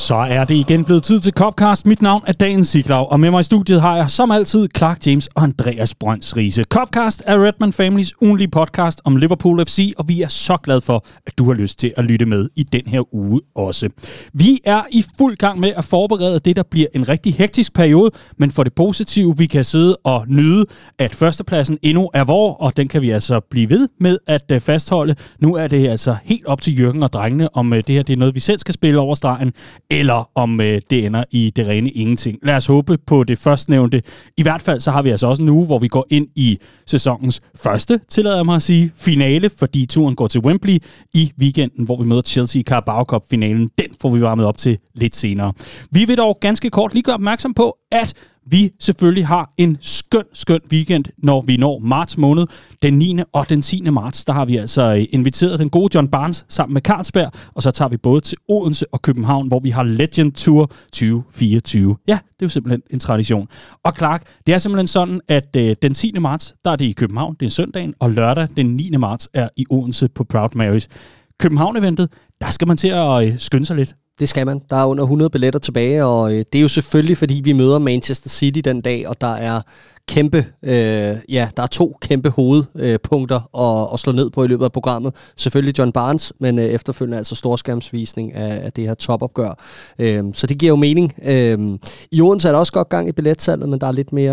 Så er det igen blevet tid til Copcast. Mit navn er Dagen Siglau, og med mig i studiet har jeg som altid Clark James og Andreas Brønds Riise. Copcast er Redman Families ugenlige podcast om Liverpool FC, og vi er så glade for, at du har lyst til at lytte med i den her uge også. Vi er i fuld gang med at forberede det, der bliver en rigtig hektisk periode, men for det positive, vi kan sidde og nyde, at førstepladsen endnu er vor, og den kan vi altså blive ved med at fastholde. Nu er det altså helt op til Jürgen og drengene, om det her det er noget, vi selv skal spille over stregen, eller om det ender i det rene ingenting. Lad os håbe på det førstnævnte. I hvert fald så har vi altså også en uge, hvor vi går ind i sæsonens første, tillader jeg mig at sige, finale, fordi turen går til Wembley i weekenden, hvor vi møder Chelsea i Carabao Cup-finalen. Den får vi varmet op til lidt senere. Vi vil dog ganske kort lige gøre opmærksom på, at vi selvfølgelig har en skøn weekend, når vi når marts måned. Den 9. og den 10. marts, der har vi altså inviteret den gode John Barnes sammen med Carlsberg, og så tager vi både til Odense og København, hvor vi har Legend Tour 2024. Ja, det er jo simpelthen en tradition. Og Clark, det er simpelthen sådan, at den 10. marts, der er det i København, det er søndagen, og lørdag den 9. marts er i Odense på Proud Marys. København-eventet, der skal man til at skynde sig lidt. Det skal man. Der er under 100 billetter tilbage, og det er jo selvfølgelig, fordi vi møder Manchester City den dag, og der er der er 2 kæmpe hovedpunkter at slå ned på i løbet af programmet. Selvfølgelig John Barnes, men efterfølgende altså storskærmsvisning af det her topopgør. Så det giver jo mening. I Odense er der også godt gang i billetsalget, men der er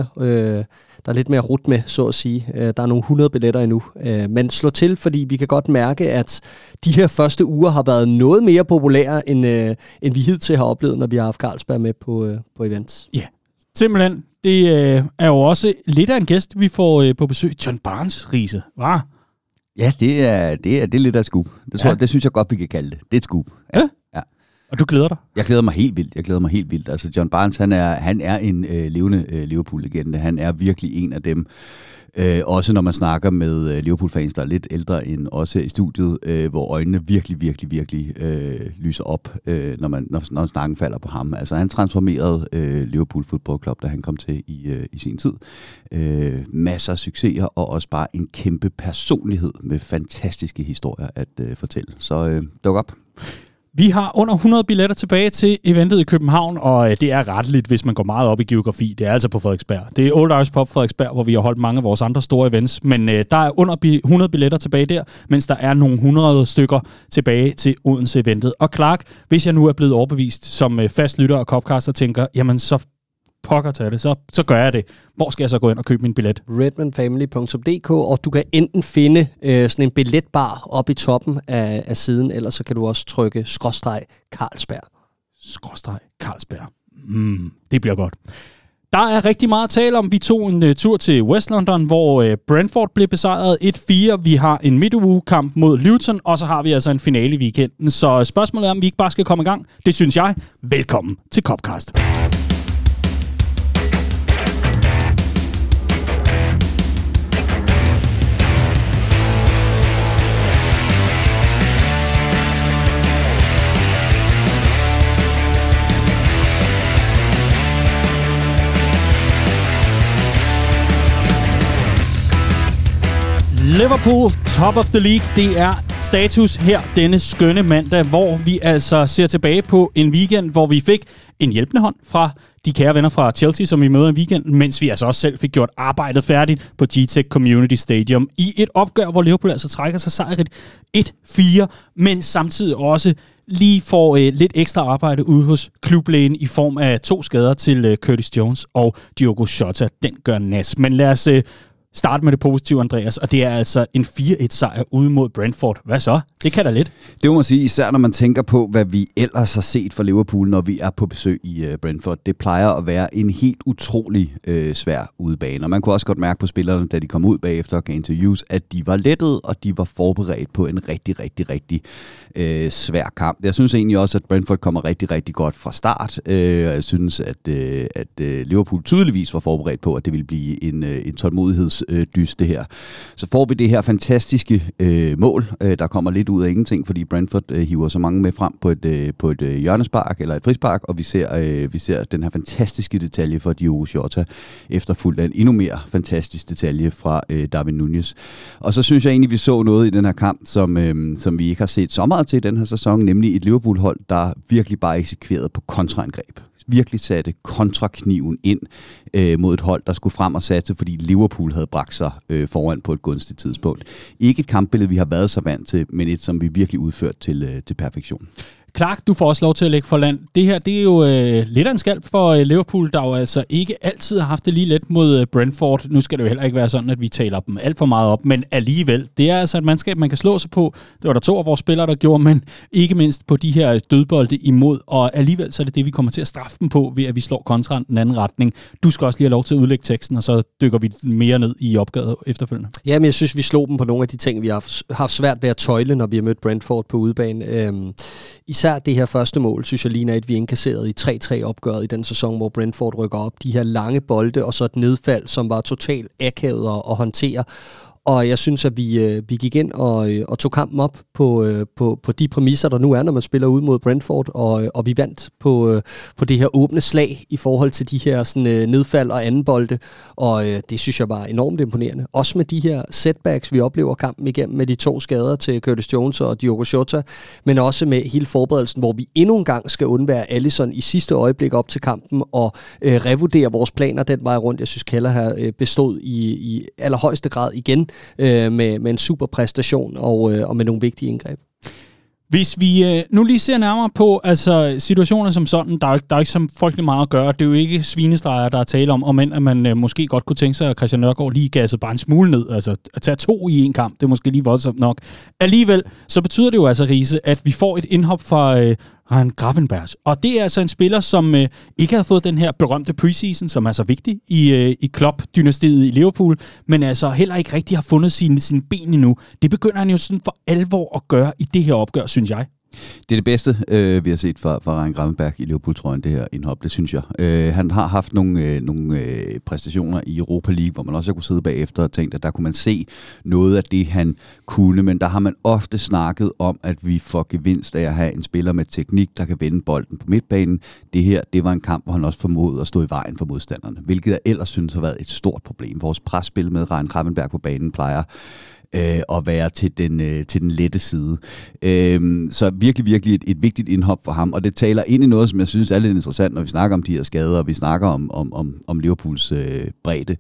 lidt mere rut med, så at sige. Der er nogle 100 billetter endnu. Men slå til, fordi vi kan godt mærke, at de her første uger har været noget mere populære, end vi hidtil har oplevet, når vi har haft Carlsberg med på events. Ja, simpelthen. Det er jo også lidt af en gæst, vi får på besøg. John Barnes, Riise, hva'? Ja, det er lidt af et scoop. Det synes jeg godt, vi kan kalde det. Det er et scoop. Ja. Og du glæder dig? Jeg glæder mig helt vildt. Altså John Barnes, han er en levende Liverpool-legende. Han er virkelig en af dem. Også når man snakker med Liverpool-fans, der er lidt ældre end også i studiet, hvor øjnene virkelig lyser op, når snakken falder på ham. Altså han transformerede Liverpool Football Club, da han kom til i sin tid. Masser af succeser, og også bare en kæmpe personlighed med fantastiske historier at fortælle. Så duk op. Vi har under 100 billetter tilbage til eventet i København, og det er retteligt, hvis man går meget op i geografi. Det er altså på Frederiksberg. Det er Old Irish Pub Frederiksberg, hvor vi har holdt mange af vores andre store events, men der er under 100 billetter tilbage der, mens der er nogle 100 stykker tilbage til Odense-eventet. Og Clark, hvis jeg nu er blevet overbevist som fast lytter og Copcaster, tænker, jamen så pokker til det, så gør jeg det. Hvor skal jeg så gå ind og købe min billet? redmanfamily.dk, og du kan enten finde sådan en billetbar oppe i toppen af siden, eller så kan du også trykke /Carlsberg. /Carlsberg. Det bliver godt. Der er rigtig meget at tale om. Vi tog en tur til West London, hvor Brentford blev besejret 1-4. Vi har en midtugekamp mod Luton, og så har vi altså en finale i weekenden. Så spørgsmålet er, om vi ikke bare skal komme i gang. Det synes jeg. Velkommen til Copcast. Liverpool, top of the league, det er status her denne skønne mandag, hvor vi altså ser tilbage på en weekend, hvor vi fik en hjælpende hånd fra de kære venner fra Chelsea, som vi møder i weekenden, mens vi altså også selv fik gjort arbejdet færdigt på Gtech Community Stadium i et opgør, hvor Liverpool altså trækker sig sejrigt 1-4, men samtidig også lige får lidt ekstra arbejde ude hos klublægen i form af 2 skader til Curtis Jones og Diogo Jota. Den gør nas. Men lad os start med det positive, Andreas, og det er altså en 4-1-sejr ude mod Brentford. Hvad så? Det kan da lidt. Det må man sige, især når man tænker på, hvad vi ellers har set fra Liverpool, når vi er på besøg i Brentford. Det plejer at være en helt utrolig svær udebane, og man kunne også godt mærke på spillerne, da de kom ud bagefter og gav interviews, at de var lettet, og de var forberedt på en rigtig svær kamp. Jeg synes egentlig også, at Brentford kommer rigtig godt fra start. Jeg synes, at Liverpool tydeligvis var forberedt på, at det ville blive en tålmodigheds dyst det her. Så får vi det her fantastiske mål, der kommer lidt ud af ingenting, fordi Brentford hiver så mange med frem på et hjørnespark eller et frispark, og vi ser den her fantastiske detalje fra Diogo Jota, efterfulgt af en endnu mere fantastisk detalje fra Darwin Núñez. Og så synes jeg egentlig, vi så noget i den her kamp, som vi ikke har set så meget til i den her sæson, nemlig et Liverpool-hold, der virkelig bare eksekverede på kontraangreb. Virkelig satte kontrakniven ind mod et hold, der skulle frem og satse, fordi Liverpool havde bragt sig foran på et gunstigt tidspunkt. Ikke et kampbillede, vi har været så vant til, men et, som vi virkelig udført til perfektion. Clark, du får også lov til at lægge for land. Det her, det er jo lidt af en skalp for Liverpool, der jo altså ikke altid har haft det lige let mod Brentford. Nu skal det jo heller ikke være sådan, at vi taler dem alt for meget op, men alligevel. Det er altså et mandskab, man kan slå sig på. Det var der 2 af vores spillere, der gjorde, men ikke mindst på de her dødbolde imod. Og alligevel så er det det, vi kommer til at straffe dem på, ved at vi slår kontra den anden retning. Du skal også lige have lov til at udlægge teksten, og så dykker vi mere ned i opgaven efterfølgende. Jamen, jeg synes, vi slog dem på nogle af de ting, vi har haft svært ved at tøjle, når vi har mødt Brentford på udebane. Især det her første mål, synes jeg ligner et, vi indkasserede i 3-3 opgøret i den sæson, hvor Brentford rykker op. De her lange bolde, og så et nedfald, som var totalt akavet at håndtere. Og jeg synes, at vi gik ind og tog kampen op på de præmisser, der nu er, når man spiller ud mod Brentford, og vi vandt på det her åbne slag i forhold til de her sådan, nedfald og anden bolde, og det synes jeg var enormt imponerende. Også med de her setbacks, vi oplever kampen igennem med de 2 skader til Curtis Jones og Diogo Jota, men også med hele forberedelsen, hvor vi endnu en gang skal undvære Alisson i sidste øjeblik op til kampen og revurdere vores planer den vej rundt. Jeg synes, Keller her bestod i allerhøjeste grad igen med en super præstation og med nogle vigtige indgreb. Hvis vi nu lige ser nærmere på altså situationer som sådan, der er ikke så frygtelig meget at gøre. Det er jo ikke svinestreger, der er tale om at man måske godt kunne tænke sig, at Christian Nørgaard lige gassede bare en smule ned. Altså at tage 2 i en kamp, det er måske lige voldsomt nok. Alligevel, så betyder det jo altså, Riese, at vi får et indhop fra Ryan Gravenberch. Og det er altså en spiller, som ikke har fået den her berømte preseason, som er så vigtig i Klopp-dynastiet i Liverpool, men altså heller ikke rigtig har fundet sine ben endnu. Det begynder han jo sådan for alvor at gøre i det her opgør, synes jeg. Det er det bedste, vi har set fra Ryan Gravenberch i Liverpool-trøjen, det her indhop, det synes jeg. Han har haft nogle præstationer i Europa League, hvor man også har kunne sidde bagefter og tænkt, at der kunne man se noget af det, han kunne, men der har man ofte snakket om, at vi får gevinst af at have en spiller med teknik, der kan vende bolden på midtbanen. Det her, det var en kamp, hvor han også formåede at stå i vejen for modstanderne, hvilket jeg ellers synes har været et stort problem. Vores presspil med Ryan Gravenberch på banen plejer at være til den lette side. Så virkelig et vigtigt indhop for ham, og det taler ind i noget, som jeg synes er lidt interessant, når vi snakker om de her skader, og vi snakker om Liverpools bredde.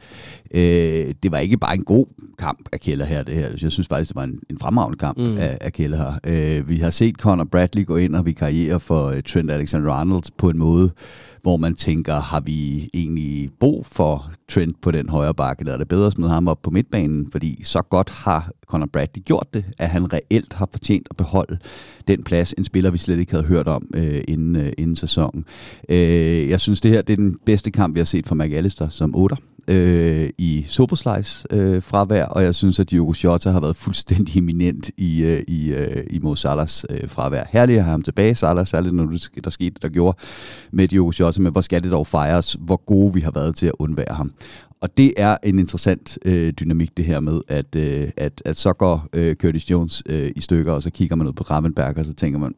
Det var ikke bare en god kamp af Keller her, det her. Jeg synes faktisk, det var en fremragende kamp af Keller her. Vi har set Conor Bradley gå ind og vikariere for Trent Alexander-Arnold på en måde, hvor man tænker, har vi egentlig brug for Trent på den højre bakke, eller er det bedre at smide ham op på midtbanen, fordi så godt har Conor Bradley gjort det, at han reelt har fortjent at beholde den plads, en spiller, vi slet ikke havde hørt om inden sæsonen. Jeg synes, det her det er den bedste kamp, vi har set fra McAllister som 8'er i Szoboszlais fravær, og jeg synes, at Diogo Jota har været fuldstændig eminent i Mo Salahs fravær. Herligt at have ham tilbage, Salah, særligt når der skete, der gjorde med Diogo Jota, men hvor skal det dog fejres, hvor gode vi har været til at undvære ham. Og det er en interessant dynamik, det her med, at så går Curtis Jones i stykker, og så kigger man ud på Gravenberch, og så tænker man,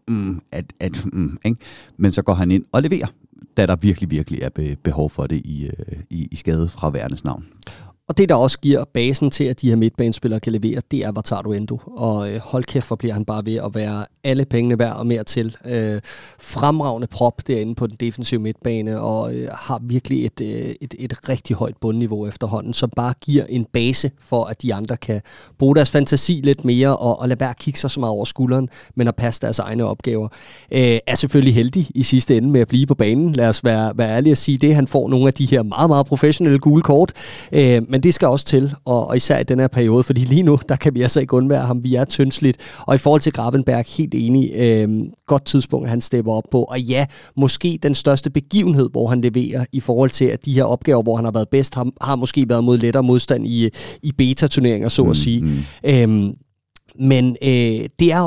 ikke? Men så går han ind og leverer, da der virkelig er behov for det i skade fra værnes navn. Og det, der også giver basen til, at de her midtbanespillere kan levere, det er Wataru Endo. Og hold kæft, hvor bliver han bare ved at være alle pengene værd og mere til. Fremragende prop derinde på den defensive midtbane, og har virkelig et rigtig højt bundniveau efterhånden, som bare giver en base for, at de andre kan bruge deres fantasi lidt mere, og lade være at kigge sig så meget over skulderen, men at passe deres egne opgaver. Er selvfølgelig heldig i sidste ende med at blive på banen. Lad os være ærlige at sige det. Han får nogle af de her meget, meget professionelle gule kort, men det skal også til, og især i den her periode, fordi lige nu, der kan vi altså ikke undvære ham. Vi er tyndsligt. Og i forhold til Gravenberch, helt enig, godt tidspunkt, han stepper op på. Og ja, måske den største begivenhed, hvor han leverer i forhold til, at de her opgaver, hvor han har været bedst, har måske været mod lettere modstand i beta-turneringer, så at sige. Men det er også nu.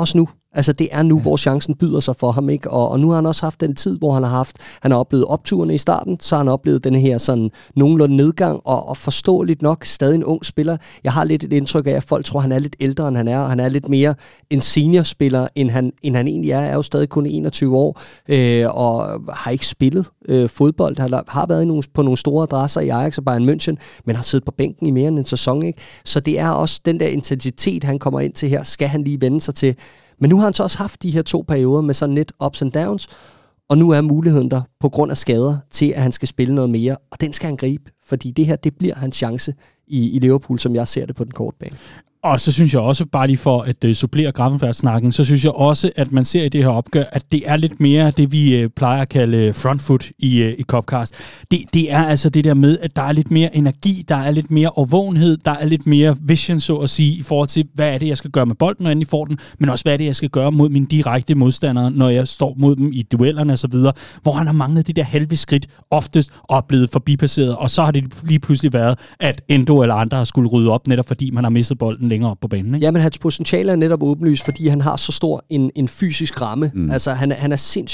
Altså, det er nu, hvor chancen byder sig for ham, ikke? Og nu har han også haft den tid, hvor han har oplevet opturene i starten, så har han oplevet den her sådan nogenlunde nedgang, og forståeligt nok stadig en ung spiller. Jeg har lidt et indtryk af, at folk tror, han er lidt ældre, end han er, og han er lidt mere en seniorspiller, end han egentlig er jo stadig kun 21 år, og har ikke spillet fodbold. Han har været på nogle store adresser i Ajax og Bayern München, men har siddet på bænken i mere end en sæson, ikke? Så det er også den der intensitet, han kommer ind til her, skal han lige vende sig til. Men nu har han så også haft de her 2 perioder med sådan lidt ups and downs, og nu er muligheden der på grund af skader til, at han skal spille noget mere, og den skal han gribe, fordi det her, det bliver hans chance i Liverpool, som jeg ser det på den korte bane. Og så synes jeg også, bare lige for at supplere Gravenberg-snakken, så synes jeg også, at man ser i det her opgør, at det er lidt mere det, vi plejer at kalde front foot i Copcast. Det er altså det der med, at der er lidt mere energi, der er lidt mere overvågenhed, der er lidt mere vision, så at sige, i forhold til, hvad er det, jeg skal gøre med bolden, når jeg får den, men også, hvad er det, jeg skal gøre mod mine direkte modstandere, når jeg står mod dem i duellerne osv., hvor han har manglet de der halve skridt, oftest og blevet forbipasseret, og så har det lige pludselig været, at Endo eller andre har skulle rydde op, netop fordi man har mistet bolden længere op på banen, ikke? Ja, men hans potentiale er netop åbenlyst, fordi han har så stor en fysisk ramme. Altså, han er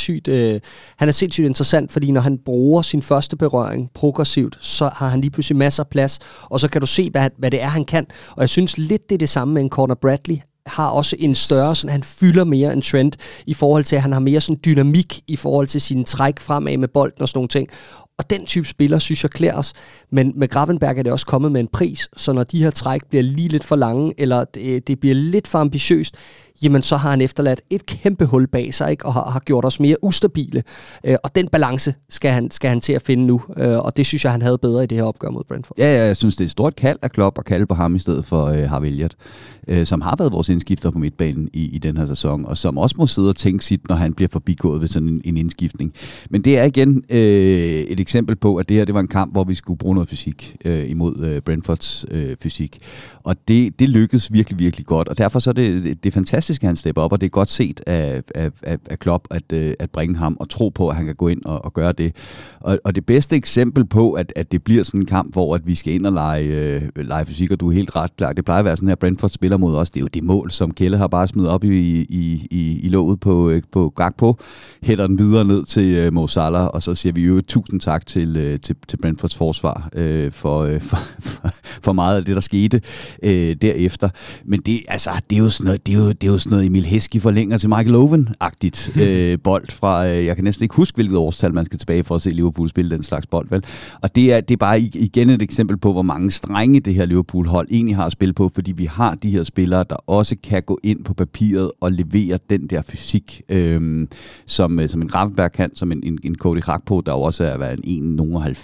sindssygt interessant, fordi når han bruger sin første berøring progressivt, så har han lige pludselig masser af plads, og så kan du se, hvad det er, han kan. Og jeg synes lidt, det er det samme med en Conor Bradley. Har også en større, sådan, han fylder mere en trend i forhold til, at han har mere sådan dynamik i forhold til sine træk fremad med bolden og sådan nogle ting. Og den type spiller, synes jeg, klæder os. Men med Gravenberg er det også kommet med en pris, så når de her træk bliver lige lidt for lange, eller det bliver lidt for ambitiøst, jamen så har han efterladt et kæmpe hul bag sig, ikke? Og har gjort os mere ustabile. Og den balance skal han til at finde nu, og det synes jeg, han havde bedre i det her opgør mod Brentford. Ja, jeg synes, det er et stort kald af Klopp at kalde på ham i stedet for Harvey Elliott, som har været vores indskifter på midtbanen i den her sæson, og som også må sidde og tænke sit, når han bliver forbigået ved sådan en indskiftning. Men det er igen et eksempel på, at det her det var en kamp, hvor vi skulle bruge noget fysik imod Brentfords fysik. Og det lykkedes virkelig, virkelig godt, og derfor så er det fantastisk, at han stepper op, og det er godt set af Klopp at bringe ham og tro på, at han kan gå ind og gøre det. Og det bedste eksempel på, at det bliver sådan en kamp, hvor at vi skal ind og lege fysik, og du er helt ret klar. Det plejer at være sådan her, Brentford spiller mod os. Det er jo det mål, som Kelle har bare smidt op i låget på Gakpo, hætter den videre ned til Mo Salah, og så siger vi jo 1000 tak til Brentfords forsvar for meget af det, der skete derefter. Men det er jo sådan noget Emil Heskey forlænger til Michael Owen-agtigt bold fra, jeg kan næsten ikke huske, hvilket årstal man skal tilbage for at se Liverpool spille den slags bold, vel? Og det er bare igen et eksempel på, hvor mange strenge det her Liverpool-hold egentlig har at spille på, fordi vi har de her spillere, der også kan gå ind på papiret og levere den der fysik, som en Gravenberg kan, som en Cody Gakpo, der også er været en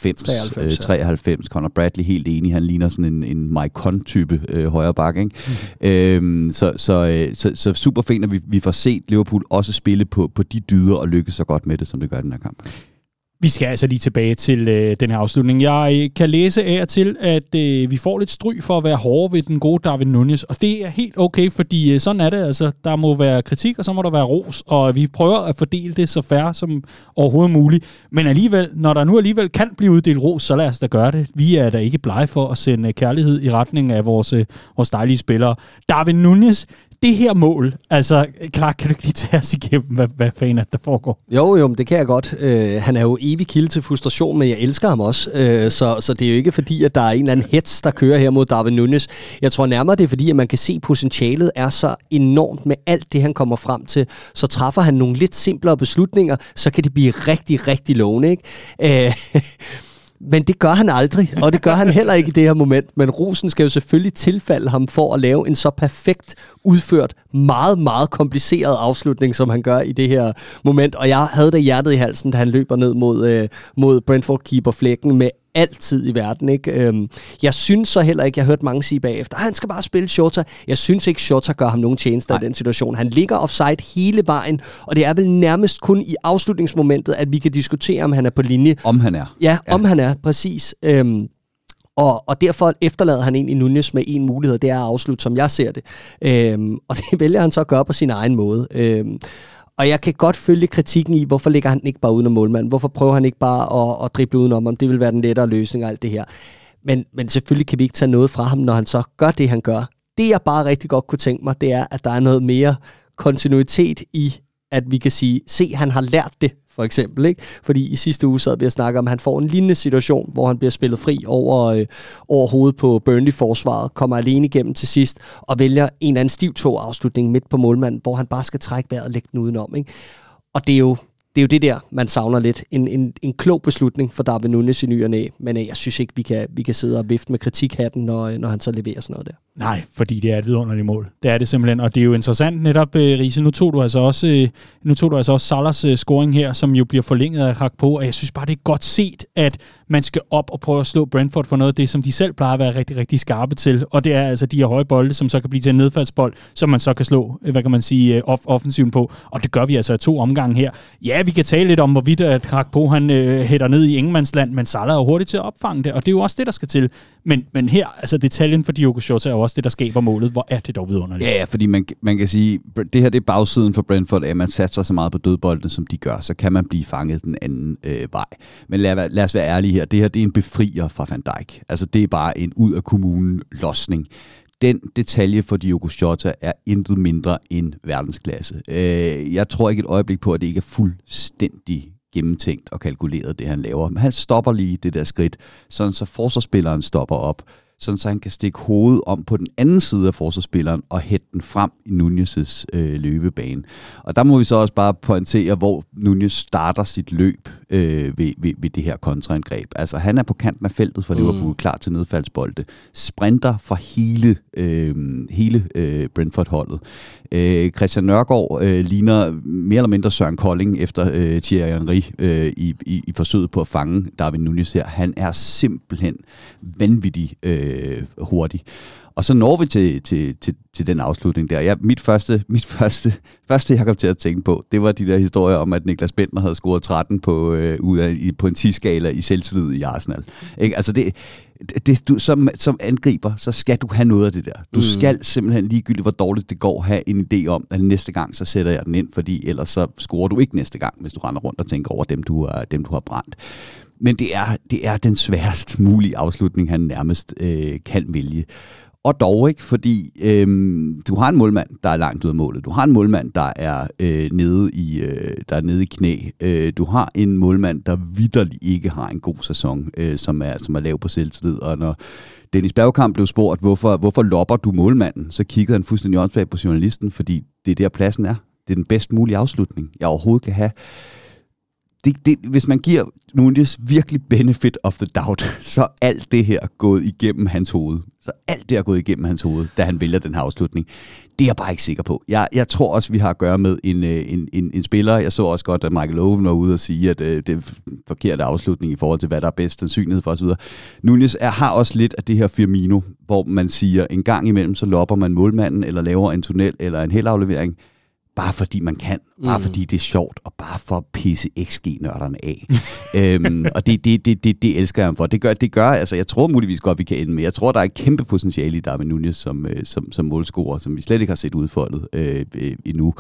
93, Conor Bradley helt enig, han ligner sådan en Maicon-type højre bakke, ikke? Så super fint, at vi får set Liverpool også spille på de dyder og lykkes så godt med det, som det gør i den her kamp. Vi skal altså lige tilbage til den her afslutning. Jeg kan læse af og til, at vi får lidt stryg for at være hårde ved den gode Darwin Núñez, og det er helt okay, fordi sådan er det. Altså, der må være kritik, og så må der være ros, og vi prøver at fordele det så fair som overhovedet muligt. Men alligevel, når der nu alligevel kan blive uddelt ros, så lad os da gøre det. Vi er da ikke blege for at sende kærlighed i retning af vores dejlige spillere. Darwin Núñez, det her mål, altså, Clark, kan du ikke lige tage os igennem, hvad fanden er der foregår? Jo, det kan jeg godt. Han er jo evig kilde til frustration, men jeg elsker ham også. Så det er jo ikke fordi, at der er en eller anden hets, der kører her mod Darwin Núñez. Jeg tror nærmere, det er fordi, at man kan se, at potentialet er så enormt med alt det, han kommer frem til. Så træffer han nogle lidt simplere beslutninger, så kan det blive rigtig, rigtig lovende, ikke? Men det gør han aldrig, og det gør han heller ikke i det her moment. Men rosen skal jo selvfølgelig tilfalde ham for at lave en så perfekt udført, meget, meget kompliceret afslutning, som han gør i det her moment. Og jeg havde da hjertet i halsen, da han løber ned mod Brentford-keeper Flækken med altid i verden, ikke? Jeg synes så heller ikke, jeg har hørt mange sige bagefter, han skal bare spille Shota. Jeg synes ikke, Shota gør ham nogen tjenester i den situation. Han ligger offside hele vejen, og det er vel nærmest kun i afslutningsmomentet, at vi kan diskutere, om han er på linje. Om han er. Ja, om han er, præcis. Og derfor efterlader han egentlig Núñez med en mulighed, det er at afslutte, som jeg ser det. Og det vælger han så at gøre på sin egen måde. Og jeg kan godt følge kritikken i, hvorfor ligger han ikke bare uden om målmanden? Hvorfor prøver han ikke bare at drible udenom, om det vil være den lettere løsning og alt det her? Men selvfølgelig kan vi ikke tage noget fra ham, når han så gør det, han gør. Det jeg bare rigtig godt kunne tænke mig, det er, at der er noget mere kontinuitet i, at vi kan sige, se, han har lært det, for eksempel, ikke? Fordi i sidste uge sad vi og snakkede om, at han får en lignende situation, hvor han bliver spillet fri over hovedet på Burnley-forsvaret, kommer alene igennem til sidst, og vælger en eller anden stiv afslutning midt på målmanden, hvor han bare skal trække vejret og lægge den udenom, ikke? Og det er jo det der, man savner lidt. En klog beslutning for Darwin Núñez i ny og næ, men jeg synes ikke, vi kan sidde og vifte med kritikhatten, når han så leverer sådan noget der. Nej, fordi det er et vidunderligt mål. Det er det simpelthen, og det er jo interessant netop, Riese. Nu tog du altså også Salahs scoring her, som jo bliver forlænget af Gakpo, og jeg synes bare, det er godt set, at man skal op og prøve at slå Brentford for noget af det, som de selv plejer at være rigtig, rigtig skarpe til, og det er altså de her høje bolde, som så kan blive til en nedfaldsbold, som man så kan slå, hvad kan man sige, offensiven på, og det gør vi altså i 2 omgange her. Ja, vi kan tale lidt om, hvorvidt at Gakpo, han hætter ned i ingenmandsland, men Salah er jo hurtigt til at opfange det, og det er jo også det, der skal til. Men her, altså detaljen for Diogo Jota er også det, der skaber målet. Hvor er det dog vidunderligt? Ja, fordi man kan sige, det her det er bagsiden for Brentford, at man satser så meget på dødboldene, som de gør, så kan man blive fanget den anden vej. Men lad os være ærlige her. Det her det er en befrier fra Van Dijk. Altså det er bare en ud af kommunen losning. Den detalje for Diogo Jota er intet mindre end verdensklasse. Jeg tror ikke et øjeblik på, at det ikke er fuldstændig gennemtænkt og kalkuleret, det han laver. Men han stopper lige det der skridt, sådan så forsvarsspilleren stopper op, sådan så han kan stikke hovedet om på den anden side af forsvarsspilleren og hætte den frem i Núñez' løbebane. Og der må vi så også bare pointere, hvor Núñez starter sit løb ved det her kontraangreb. Altså han er på kanten af feltet for Liverpool, klar til nedfaldsbolde, sprinter for hele Brentford-holdet. Christian Nørgaard ligner mere eller mindre Søren Kolding efter Thierry Henry i forsøget på at fange Darwin Núñez her. Han er simpelthen vanvittig hurtig. Og så når vi til den afslutning der. Ja, mit første, jeg kom til at tænke på, det var de der historier om, at Niklas Bentner havde scoret 13 på en 10-skala i selvtillid i Arsenal. Ikke? Altså du, som angriber, så skal du have noget af det der. Du skal simpelthen ligegyldigt, hvor dårligt det går, have en idé om, at næste gang, så sætter jeg den ind, fordi ellers så scorer du ikke næste gang, hvis du render rundt og tænker over dem, du har brændt. Men det er den sværest mulige afslutning, han nærmest kan vælge. Og dog ikke, fordi du har en målmand, der er langt ud af målet. Du har en målmand, der er nede i knæ. Du har en målmand, der vitterligt ikke har en god sæson, som er lav på selvtillid. Og når Dennis Bergkamp blev spurgt, hvorfor lopper du målmanden, så kiggede han fuldstændig åndssvagt på journalisten, fordi det er der pladsen er. Det er den bedst mulige afslutning, jeg overhovedet kan have. Hvis man giver Núñez virkelig benefit of the doubt, så alt det her gået igennem hans hoved. Da han vælger den her afslutning. Det er jeg bare ikke sikker på. Jeg tror også, vi har at gøre med en spiller. Jeg så også godt, at Michael Owen var ude og sige, at det er forkerte afslutning i forhold til, hvad der er bedst sandsynlighed for osv. Núñez har også lidt af det her Firmino, hvor man siger, en gang imellem, så lopper man målmanden, eller laver en tunnel, eller en helaflevering, bare fordi man kan, bare fordi det er sjovt, og bare for at pisse XG-nørderne af. Og det elsker jeg ham for. Det gør, altså jeg tror muligvis godt, vi kan ende med. Jeg tror, der er et kæmpe potentiale i Darwin Núñez som målscorer, som vi slet ikke har set udfoldet endnu.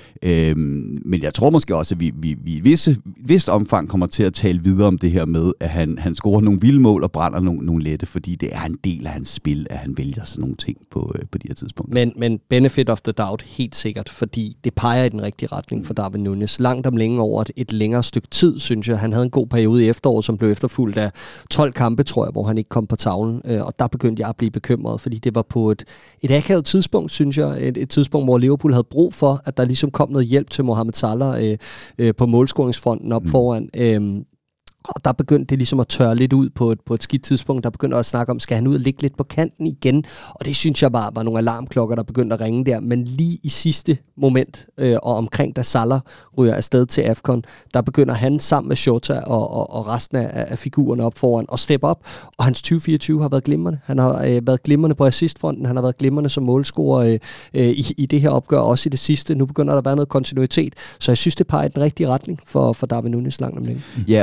Men jeg tror måske også, at vi i et vist omfang kommer til at tale videre om det her med, at han scorer nogle vilde mål og brænder nogle lette, fordi det er en del af hans spil, at han vælger sådan nogle ting på de her tidspunkter. Men benefit of the doubt, helt sikkert, fordi det peger i den rigtige retning for Darwin Núñez. Langt om længe over et længere stykke tid, synes jeg. Han havde en god periode i efteråret, som blev efterfulgt af 12 kampe, tror jeg, hvor han ikke kom på tavlen. Og der begyndte jeg at blive bekymret, fordi det var på et akavet tidspunkt, synes jeg. Et tidspunkt, hvor Liverpool havde brug for, at der ligesom kom noget hjælp til Mohamed Salah på målscoringsfronten op foran. Og der begyndte det ligesom at tørre lidt ud på et skidt tidspunkt. Der begyndte at snakke om, skal han ud og ligge lidt på kanten igen? Og det synes jeg bare var nogle alarmklokker, der begyndte at ringe der. Men lige i sidste moment, og omkring da Salah ryger afsted til AFCON, der begynder han sammen med Jota og resten af figurerne op foran og steppe op. Og hans 2024 har været glimrende. Han har været glimrende på assistfronten. Han har været glimrende som målscorer i det her opgør, også i det sidste. Nu begynder der at være noget kontinuitet. Så jeg synes, det peger i den rigtige retning for Darwin Núñez langt om længe. Ja, og så er der også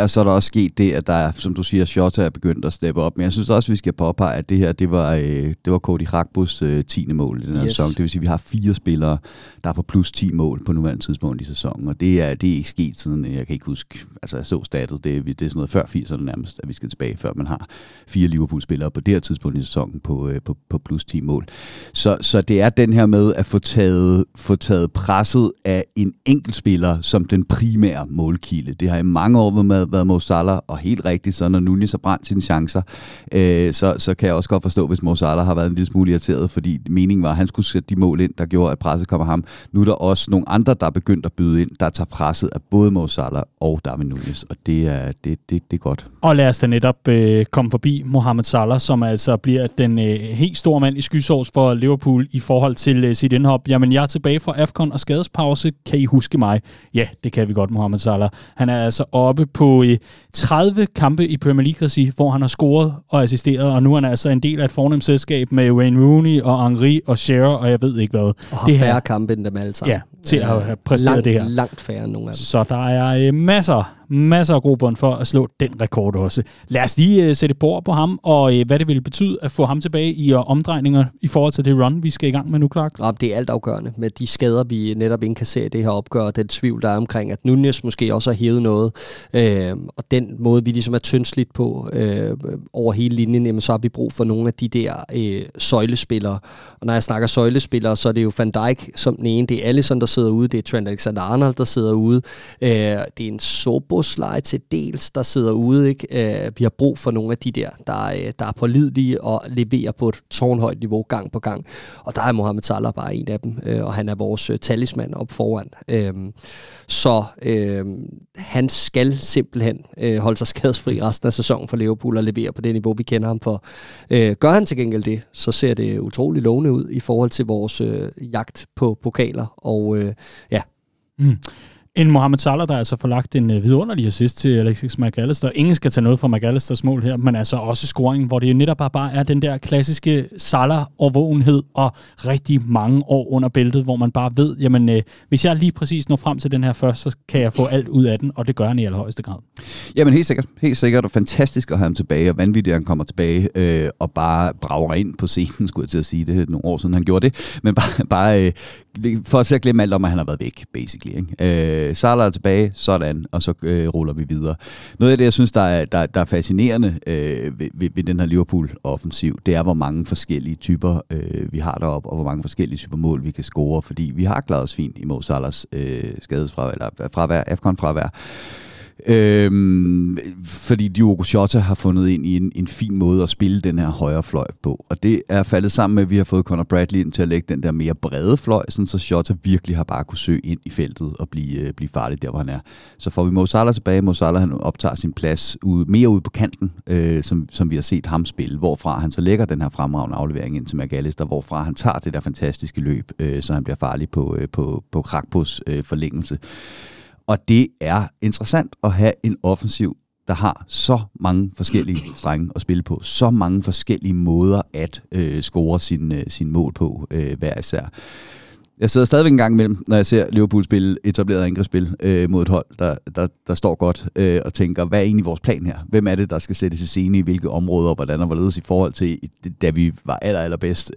sket det, at der er, som du siger, Jota er begyndt at steppe op. Men jeg synes også, vi skal påpege, at det her, det var Cody Gakpos 10. mål i den her sæson. Det vil sige, at vi har 4 spillere, der er på plus 10 mål på nuværende tidspunkt i sæsonen. Og det er ikke sket siden, jeg kan ikke huske, altså jeg så statet, det er sådan noget før 80'erne nærmest, at vi skal tilbage, før man har 4 Liverpool-spillere på det her tidspunkt i sæsonen på plus 10 mål. Så det er den her med at få taget presset af en enkelt spiller som den primære målkilde. Det har i mange år været Mo Salah, og helt rigtigt, så når Nunez har brændt sine chancer, så kan jeg også godt forstå, hvis Mo Salah har været en lille smule irriteret, fordi meningen var, at han skulle sætte de mål ind, der gjorde, at presset kommer ham. Nu er der også nogle andre, der er begyndt at byde ind, der tager presset af både Mo Salah og Darwin Nunez, og det er godt. Og lad os da netop komme forbi Mohamed Salah, som altså bliver den helt store mand i skysovs for Liverpool i forhold til sit indhop. Jamen, jeg er tilbage fra AFCON og skadespause. Kan I huske mig? Ja, det kan vi godt, Mohamed Salah. Han er altså oppe på 30 kampe i Premier League-regi, hvor han har scoret og assisteret, og nu er han altså en del af et fornemt selskab med Wayne Rooney og Henry og Shearer, og jeg ved ikke hvad. Og har færre kampe end dem alle sammen. Ja, til at have præsteret det her. Langt færre end nogle af dem. Så der er masser af grobund for at slå den rekord også. Lad os lige sætte bord på ham, og hvad det vil betyde at få ham tilbage i omdrejninger i forhold til det run, vi skal i gang med nu, Clark. Ja, det er altafgørende med de skader, vi netop indkasserer i det her opgør, og den tvivl, der er omkring, at Nunez måske også har hævet noget, og den måde, vi ligesom er tyndsligt på over hele linjen, jamen, så har vi brug for nogle af de der søjlespillere. Og når jeg snakker søjlespillere, så er det jo Van Dijk som den ene, det er Alisson, der sidder ude, det er Trent Alexander-Arnold, der sidder ude, det er en Szoboszlai til dels, der sidder ude, ikke? Vi har brug for nogle af de der er pålidelige og leverer på et tårnhøjt niveau gang på gang. Og der er Mohamed Salah bare en af dem, og han er vores talisman op foran. Så han skal simpelthen holde sig skadesfri resten af sæsonen for Liverpool og levere på det niveau, vi kender ham for. Gør han til gengæld det, så ser det utrolig lovende ud i forhold til vores jagt på pokaler. Og ja. En Mohamed Salah, der altså får lagt en vidunderlig assist til Alexis McAllister. Ingen skal tage noget fra McAllisters mål her, men altså også scoringen, hvor det jo netop bare er den der klassiske Salah-overvågenhed og rigtig mange år under bæltet, hvor man bare ved, jamen hvis jeg lige præcis når frem til den her først, så kan jeg få alt ud af den, og det gør han i allerhøjeste grad. Jamen helt sikkert, og fantastisk at have ham tilbage, og vanvittigt, at han kommer tilbage og bare brager ind på scenen, skulle jeg til at sige. Det er nogle år siden, han gjorde det, men bare for til at glemme alt om, at han har været væk, basically, ikke? Salah er tilbage, sådan, og så ruller vi videre. Noget af det, jeg synes, der er fascinerende ved den her Liverpool-offensiv, det er, hvor mange forskellige typer vi har deroppe, og hvor mange forskellige typer mål, vi kan score, fordi vi har klaret os fint i Mo Salahs skadesfravær, eller fravær, AFCON-fravær. Fordi Diogo Jota har fundet ind i en fin måde at spille den her højre fløj på. Og det er faldet sammen med, at vi har fået Conor Bradley ind til at lægge den der mere brede fløj, sådan så Jota virkelig har bare kunne søge ind i feltet og blive farlig der, hvor han er. Så får vi Mo Salah tilbage. Mo Salah, han optager sin plads mere ude på kanten, som vi har set ham spille, hvorfra han så lægger den her fremragende aflevering ind til McAllister, hvorfra han tager det der fantastiske løb, så han bliver farlig på Gakpos forlængelse. Og det er interessant at have en offensiv, der har så mange forskellige strenge at spille på, så mange forskellige måder at score sin mål på hver især. Jeg sidder stadigvæk en gang imellem, når jeg ser Liverpool spille etableret angrebsspil mod et hold, der står godt og tænker, hvad er egentlig vores plan her? Hvem er det, der skal sættes i scene i hvilke områder, og hvordan og hvorledes i forhold til, da vi var allerbedst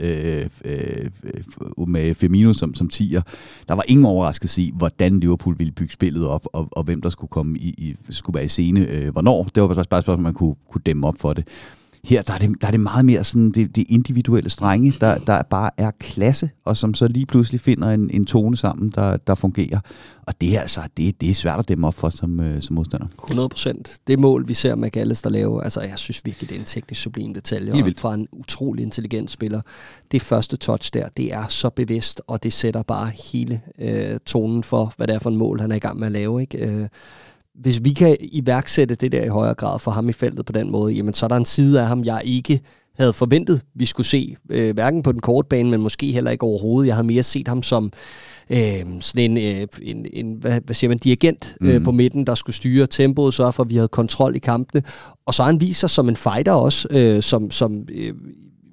med Firmino som tier. Der var ingen overraskelse i, hvordan Liverpool ville bygge spillet op, og hvem der skulle komme skulle være i scene, hvornår. Det var bare et spørgsmål, man kunne dæmme op for det. Her der er det meget mere sådan det individuelle strenge, der bare er klasse, og som så lige pludselig finder en tone sammen, der fungerer. Og det er altså det er svært at dæmme op for som modstander. 100%. Det mål, vi ser McAllister lave, altså jeg synes virkelig, det er en teknisk sublim detalje, og fra en utrolig intelligent spiller. Det første touch der, det er så bevidst, og det sætter bare hele tonen for, hvad det er for en mål, han er i gang med at lave, ikke? Hvis vi kan iværksætte det der i højere grad for ham i feltet på den måde, jamen så er der en side af ham, jeg ikke havde forventet, vi skulle se, hverken på den korte bane, men måske heller ikke overhovedet. Jeg havde mere set ham som sådan en hvad siger man, dirigent på midten, der skulle styre tempoet, sørge for, at vi havde kontrol i kampene. Og så han viser som en fighter også, som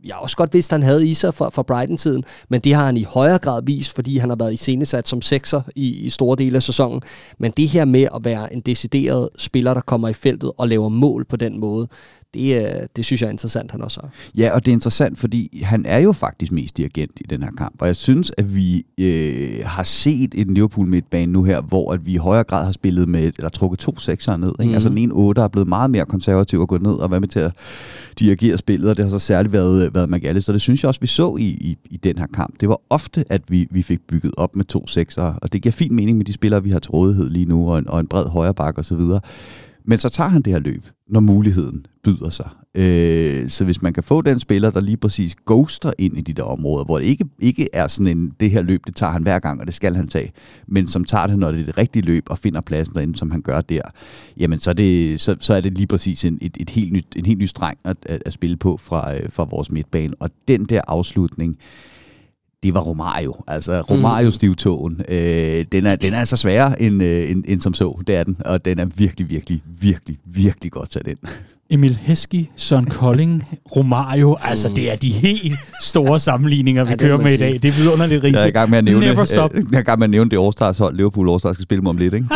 jeg også godt vidste, han havde i sig fra Brighton-tiden, men det har han i højere grad vist, fordi han har været iscenesat som sekser i store dele af sæsonen. Men det her med at være en decideret spiller, der kommer i feltet og laver mål på den måde, det synes jeg er interessant, han også har. Ja, og det er interessant, fordi han er jo faktisk mest dirigent i den her kamp, og jeg synes, at vi har set en Liverpool midtbane nu her, hvor at vi i højere grad har spillet med, eller trukket 2 sekser ned. Ikke? Altså den ene 8 er blevet meget mere konservativ og gået ned og været med til at dirigere spillet, og det har så særligt været McAllister. Det synes jeg også, vi så i den her kamp. Det var ofte, at vi fik bygget op med 2 sekser, og det giver fin mening med de spillere, vi har til rådighed lige nu, og en bred højre back og så videre. Men så tager han det her løb, når muligheden byder sig. Så hvis man kan få den spiller, der lige præcis ghoster ind i de der områder, hvor det ikke er sådan det her løb, det tager han hver gang, og det skal han tage, men som tager det, når det er det rigtige løb, og finder pladsen derinde, som han gør der, jamen så er det lige præcis en helt ny streng at spille på fra vores midtbane. Og den der afslutning, det var Romario. Altså Romarios stivtåen. Den er altså sværere end som så. Det er den. Og den er virkelig, virkelig, virkelig, virkelig godt sat ind. Emil Heskey, Son Kolding, Romario. Altså, det er de helt store sammenligninger, vi kører med i dag. Det er vidunderligt rigtigt. Jeg er i gang med at nævne det All-Stars hold, Liverpool All-Stars skal spille mig om lidt. Ikke?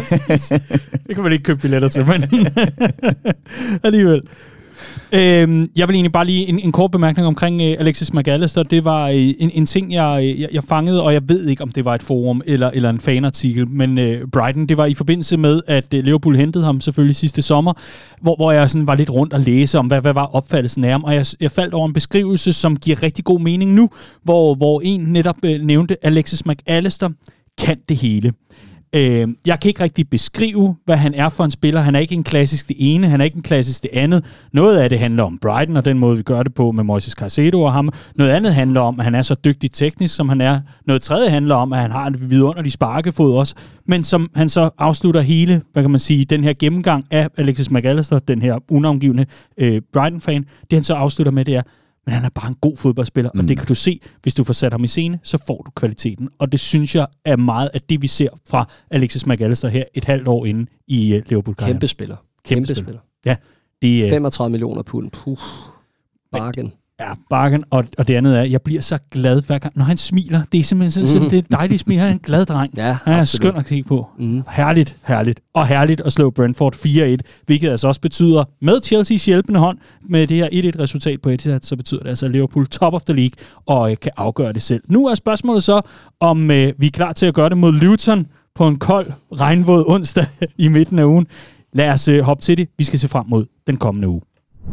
Det kan man ikke købe billetter til, men alligevel. Jeg vil egentlig bare lige en kort bemærkning omkring Alexis McAllister. Det var en ting, jeg fangede, og jeg ved ikke, om det var et forum eller en fanartikel, men Brighton, det var i forbindelse med, at Liverpool hentede ham selvfølgelig sidste sommer, hvor jeg sådan var lidt rundt og læse om, hvad var opfattelsen af ham, og jeg faldt over en beskrivelse, som giver rigtig god mening nu, hvor en netop nævnte, Alexis McAllister kan det hele. Jeg kan ikke rigtig beskrive, hvad han er for en spiller. Han er ikke en klassisk det ene, han er ikke en klassisk det andet. Noget af det handler om Brighton, og den måde, vi gør det på med Moises Caicedo og ham. Noget andet handler om, at han er så dygtig teknisk, som han er. Noget tredje handler om, at han har en vidunderlig sparkefod også. Men som han så afslutter hele, hvad kan man sige, den her gennemgang af Alexis McAllister, den her unavngivne Brighton-fan, det han så afslutter med, det er, men han er bare en god fodboldspiller, og det kan du se, hvis du får sat ham i scene, så får du kvaliteten. Og det synes jeg er meget af det, vi ser fra Alexis McAllister her et halvt år inde i Liverpool-karrieren. Kæmpe spiller. Ja. Det, 35 millioner pund. Bargain. Ja, bargain. Og det andet er, jeg bliver så glad hver gang, når han smiler. Det er simpelthen sådan, det er dejligt smil. Han er en glad dreng. Ja, han er skøn at kigge på. Herligt. Og herligt at slå Brentford 4-1, hvilket altså også betyder, med Chelseas hjælpende hånd, med det her 1-1-resultat på Etihad, så betyder det altså, at Liverpool top of the league, og kan afgøre det selv. Nu er spørgsmålet så, om vi er klar til at gøre det mod Luton på en kold, regnvåd onsdag i midten af ugen. Lad os hoppe til det. Vi skal se frem mod den kommende uge.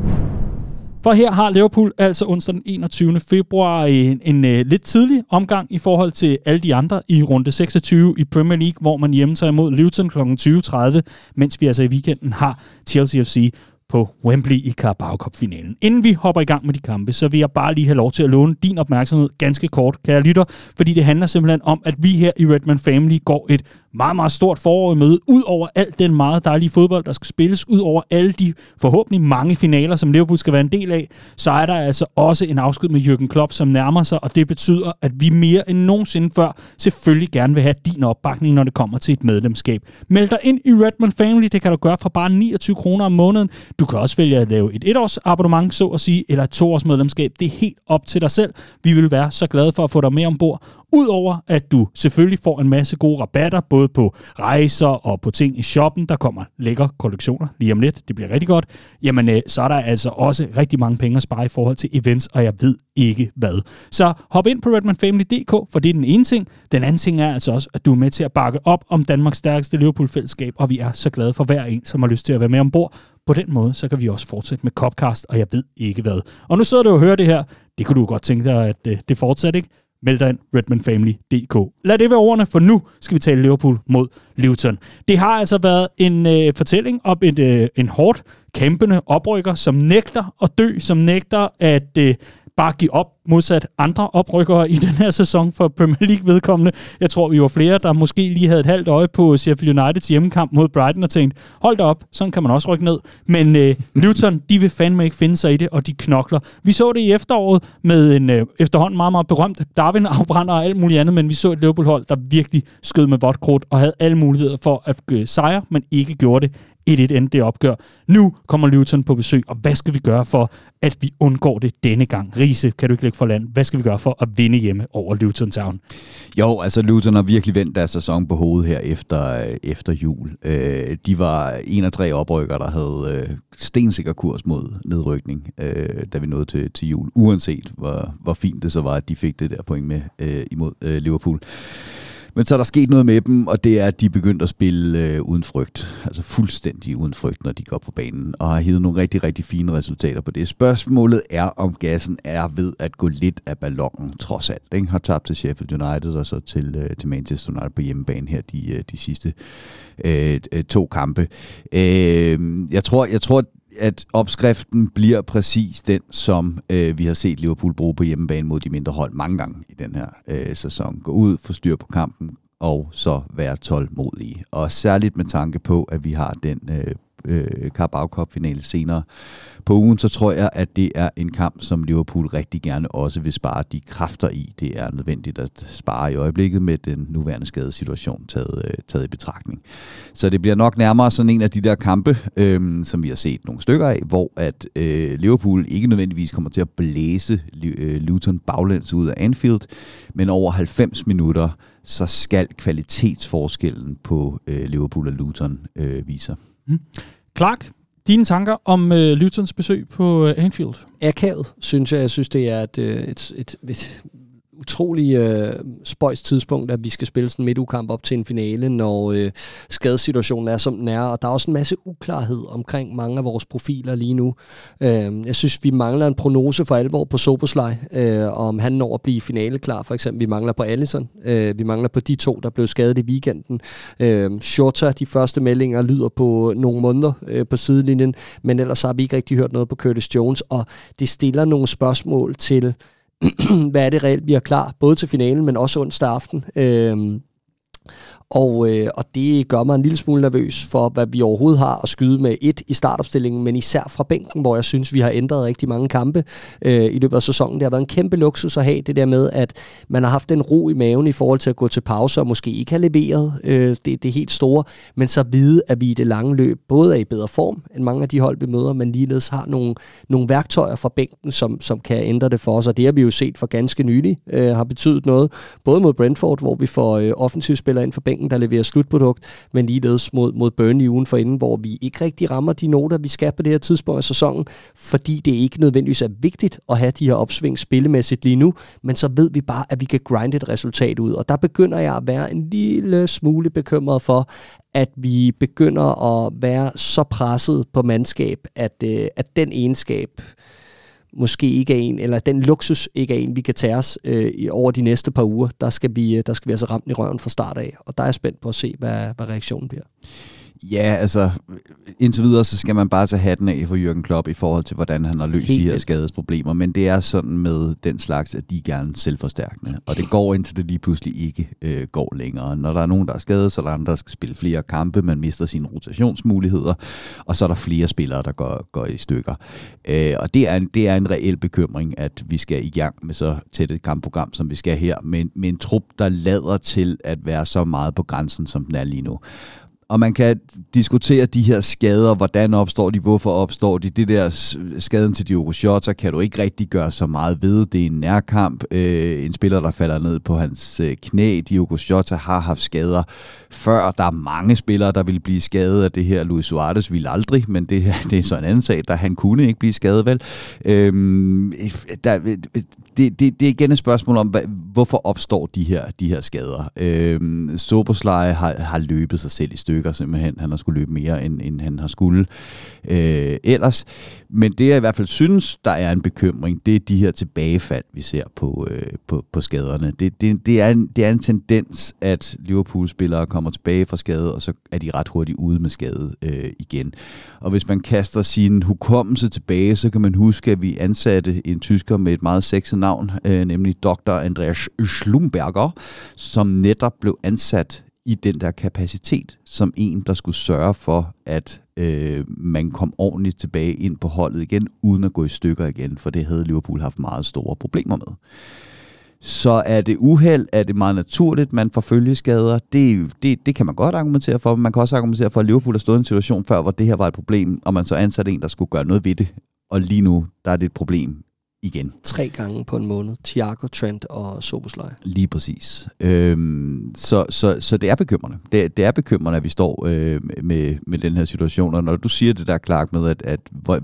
For her har Liverpool altså onsdag den 21. februar en lidt tidlig omgang i forhold til alle de andre i runde 26 i Premier League, hvor man hjemme tager imod Luton kl. 20.30, mens vi altså i weekenden har Chelsea FC på Wembley i Carabao Cup-finalen. Inden vi hopper i gang med de kampe, så vil jeg bare lige have lov til at låne din opmærksomhed ganske kort, kære lytter, fordi det handler simpelthen om, at vi her i Redman Family går et meget, meget stort forår i møde, ud over alt den meget dejlige fodbold, der skal spilles, ud over alle de forhåbentlig mange finaler, som Liverpool skal være en del af, så er der altså også en afsked med Jürgen Klopp, som nærmer sig, og det betyder, at vi mere end nogensinde før selvfølgelig gerne vil have din opbakning, når det kommer til et medlemskab. Meld dig ind i Redman Family, det kan du gøre for bare 29 kroner om måneden. Du kan også vælge at lave et 1-års abonnement, så at sige, eller et 2-års medlemskab. Det er helt op til dig selv. Vi vil være så glade for at få dig med ombord. Udover at du selvfølgelig får en masse gode rabatter, både på rejser og på ting i shoppen. Der kommer lækre kollektioner lige om lidt. Det bliver rigtig godt. Jamen, så er der altså også rigtig mange penge at spare i forhold til events, og jeg ved ikke hvad. Så hop ind på redmanfamily.dk, for det er den ene ting. Den anden ting er altså også, at du er med til at bakke op om Danmarks stærkeste Liverpool-fællesskab, og vi er så glade for hver en, som har lyst til at være med ombord. På den måde, så kan vi også fortsætte med Copcast, og jeg ved ikke hvad. Og nu sidder du og hører det her. Det kunne du godt tænke dig, at det fortsætter, ikke? Meld dig ind, redmanfamily.dk. Lad det være ordene, for nu skal vi tale Liverpool mod Luton. Det har altså været en fortælling om en hårdt kæmpende oprykker, som nægter at dø, som nægter at bare give op modsat andre oprykkere i den her sæson for Premier League vedkommende. Jeg tror, vi var flere, der måske lige havde et halvt øje på Sheffield Uniteds hjemmekamp mod Brighton og tænkte, hold da op, sådan kan man også rykke ned. Men Luton, de vil fandme ikke finde sig i det, og de knokler. Vi så det i efteråret med en efterhånden meget, meget berømt Darwin-afbrænder og alt muligt andet, men vi så et Liverpool-hold, der virkelig skød med vådt krudt og havde alle muligheder for at sejre, men ikke gjorde det. 1-1 endte det opgør. Nu kommer Luton på besøg, og hvad skal vi gøre for, at vi undgår det denne gang? Riise, kan du ikke lægge for land? Hvad skal vi gøre for at vinde hjemme over Luton Town? Jo, altså Luton har virkelig vendt deres sæson på hovedet her efter jul. De var 1 af 3 oprykkere, der havde stensikker kurs mod nedrykning, da vi nåede til jul. Uanset hvor fint det så var, at de fik det der point med imod Liverpool. Men så er der sket noget med dem, og det er, at de begyndte at spille uden frygt. Altså fuldstændig uden frygt, når de går på banen, og har hivet nogle rigtig, rigtig fine resultater på det. Spørgsmålet er, om gassen er ved at gå lidt af ballonen, trods alt. Ikke? Har tabt til Sheffield United og så til Manchester United på hjemmebane her de sidste 2 kampe. Jeg tror, at opskriften bliver præcis den, som vi har set Liverpool bruge på hjemmebane mod de mindre hold mange gange i den her sæson. Gå ud, få styr på kampen, og så være tålmodige. Og særligt med tanke på, at vi har den Carabao Cup-finale senere på ugen, så tror jeg, at det er en kamp, som Liverpool rigtig gerne også vil spare de kræfter i. Det er nødvendigt at spare i øjeblikket med den nuværende skadesituation taget i betragtning. Så det bliver nok nærmere sådan en af de der kampe, som vi har set nogle stykker af, hvor at Liverpool ikke nødvendigvis kommer til at blæse Luton baglæns ud af Anfield, men over 90 minutter, så skal kvalitetsforskellen på Liverpool og Luton vise sig. Clark, dine tanker om Lutons besøg på Anfield? Akavet, synes jeg. Jeg synes, det er et utrolig spøjs tidspunkt, at vi skal spille sådan en midtugekamp op til en finale, når skadesituationen er, som den er. Og der er også en masse uklarhed omkring mange af vores profiler lige nu. Jeg synes, vi mangler en prognose for alvor på Szoboszlai, om han når at blive finaleklar, for eksempel. Vi mangler på Alisson. Vi mangler på de 2, der blev skadet i weekenden. Shota, de første meldinger, lyder på nogle måneder på sidelinjen, men ellers har vi ikke rigtig hørt noget på Curtis Jones, og det stiller nogle spørgsmål til hvad er det reelt, vi er klar, både til finalen, men også onsdag aften. Og det gør mig en lille smule nervøs for, hvad vi overhovedet har at skyde med i startopstillingen, men især fra bænken, hvor jeg synes, vi har ændret rigtig mange kampe i løbet af sæsonen. Det har været en kæmpe luksus at have det der med, at man har haft den ro i maven i forhold til at gå til pause og måske ikke have leveret det helt store, men så vide, at vi i det lange løb både er i bedre form end mange af de hold, vi møder, men ligeledes har nogle værktøjer fra bænken, som kan ændre det for os, og det har vi jo set for ganske nylig, har betydet noget, både mod Brentford, hvor vi får offensivspillere ind for bænken, der leverer slutprodukt, men ligeledes mod Burnley ugen forinden, hvor vi ikke rigtig rammer de noter, vi skal på det her tidspunkt af sæsonen, fordi det ikke nødvendigvis er vigtigt at have de her opsving spillemæssigt lige nu, men så ved vi bare, at vi kan grinde et resultat ud, og der begynder jeg at være en lille smule bekymret for, at vi begynder at være så presset på mandskab, at den egenskab måske ikke er en, eller den luksus ikke er en, vi kan tage os over de næste par uger. Der skal vi altså ramme i røven fra start af, og der er jeg spændt på at se, hvad reaktionen bliver. Ja, altså indtil videre, så skal man bare tage hatten af for Jürgen Klopp i forhold til, hvordan han har løst de her skadesproblemer. Men det er sådan med den slags, at de er gerne selvforstærkende. Og det går indtil det lige pludselig ikke går længere. Når der er nogen, der er skadet, så er der andre, der skal spille flere kampe. Man mister sine rotationsmuligheder. Og så er der flere spillere, der går i stykker. Og det er en reel bekymring, at vi skal i gang med så tæt et kampprogram, som vi skal her. Med en trup, der lader til at være så meget på grænsen, som den er lige nu. Og man kan diskutere de her skader, hvordan opstår de, hvorfor opstår de. Det der skaden til Diogo Jota kan du ikke rigtig gøre så meget ved. Det er en nærkamp. En spiller, der falder ned på hans knæ. Diogo Jota har haft skader før. Der er mange spillere, der vil blive skadet af det her. Luis Suarez ville aldrig, men det er så en anden sag, der han kunne ikke blive skadet, vel? Det er igen et spørgsmål om, hvorfor opstår de her skader. Szoboszlai har løbet sig selv i stykker, simpelthen. Han har skulle løbe mere, end han har skulle ellers. Men det, jeg i hvert fald synes, der er en bekymring, det er de her tilbagefald, vi ser på skaderne. Det er en tendens, at Liverpool-spillere kommer tilbage fra skade, og så er de ret hurtigt ude med skade igen. Og hvis man kaster sin hukommelse tilbage, så kan man huske, at vi ansatte en tysker med et meget sexet navn, navn, nemlig Dr. Andreas Schlumberger, som netop blev ansat i den der kapacitet, som en, der skulle sørge for, at man kom ordentligt tilbage ind på holdet igen, uden at gå i stykker igen, for det havde Liverpool haft meget store problemer med. Så er det uheld, er det meget naturligt, man får følgeskader. Det kan man godt argumentere for, men man kan også argumentere for, at Liverpool har stået i en situation før, hvor det her var et problem, og man så ansatte en, der skulle gøre noget ved det. Og lige nu, der er det et problem igen. 3 gange på en måned. Thiago, Trent og Szoboszlai. Lige præcis. Så det er bekymrende. Det er bekymrende, at vi står med den her situation. Og når du siger det der, Clark, med, at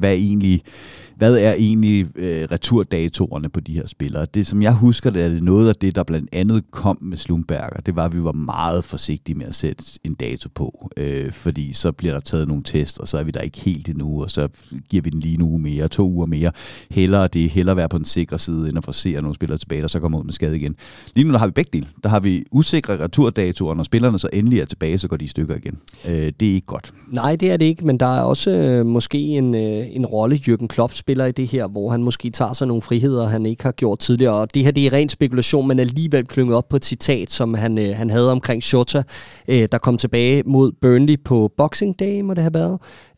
hvad er egentlig returdatoerne på de her spillere? Det, som jeg husker, det er noget af det, der blandt andet kom med Schlumberger. Det var, at vi var meget forsigtige med at sætte en dato på. Fordi så bliver der taget nogle test, og så er vi der ikke helt endnu, og så giver vi den lige en uge mere, 2 uger mere. Hellere være på den sikre side, end at forsere nogle spillere tilbage, der så kommer ud med skade igen. Lige nu der har vi begge dele. Der har vi usikre returdatoer, og når spillerne så endelig er tilbage, så går de i stykker igen. Det er ikke godt. Nej, det er det ikke, men der er også måske en rolle, Jürgen Klopp spiller i det her, hvor han måske tager sig nogle friheder, han ikke har gjort tidligere. Og det her, det er ren spekulation, men alligevel klynget op på et citat, som han havde omkring Jota, der kom tilbage mod Burnley på Boxing Day, må det have været.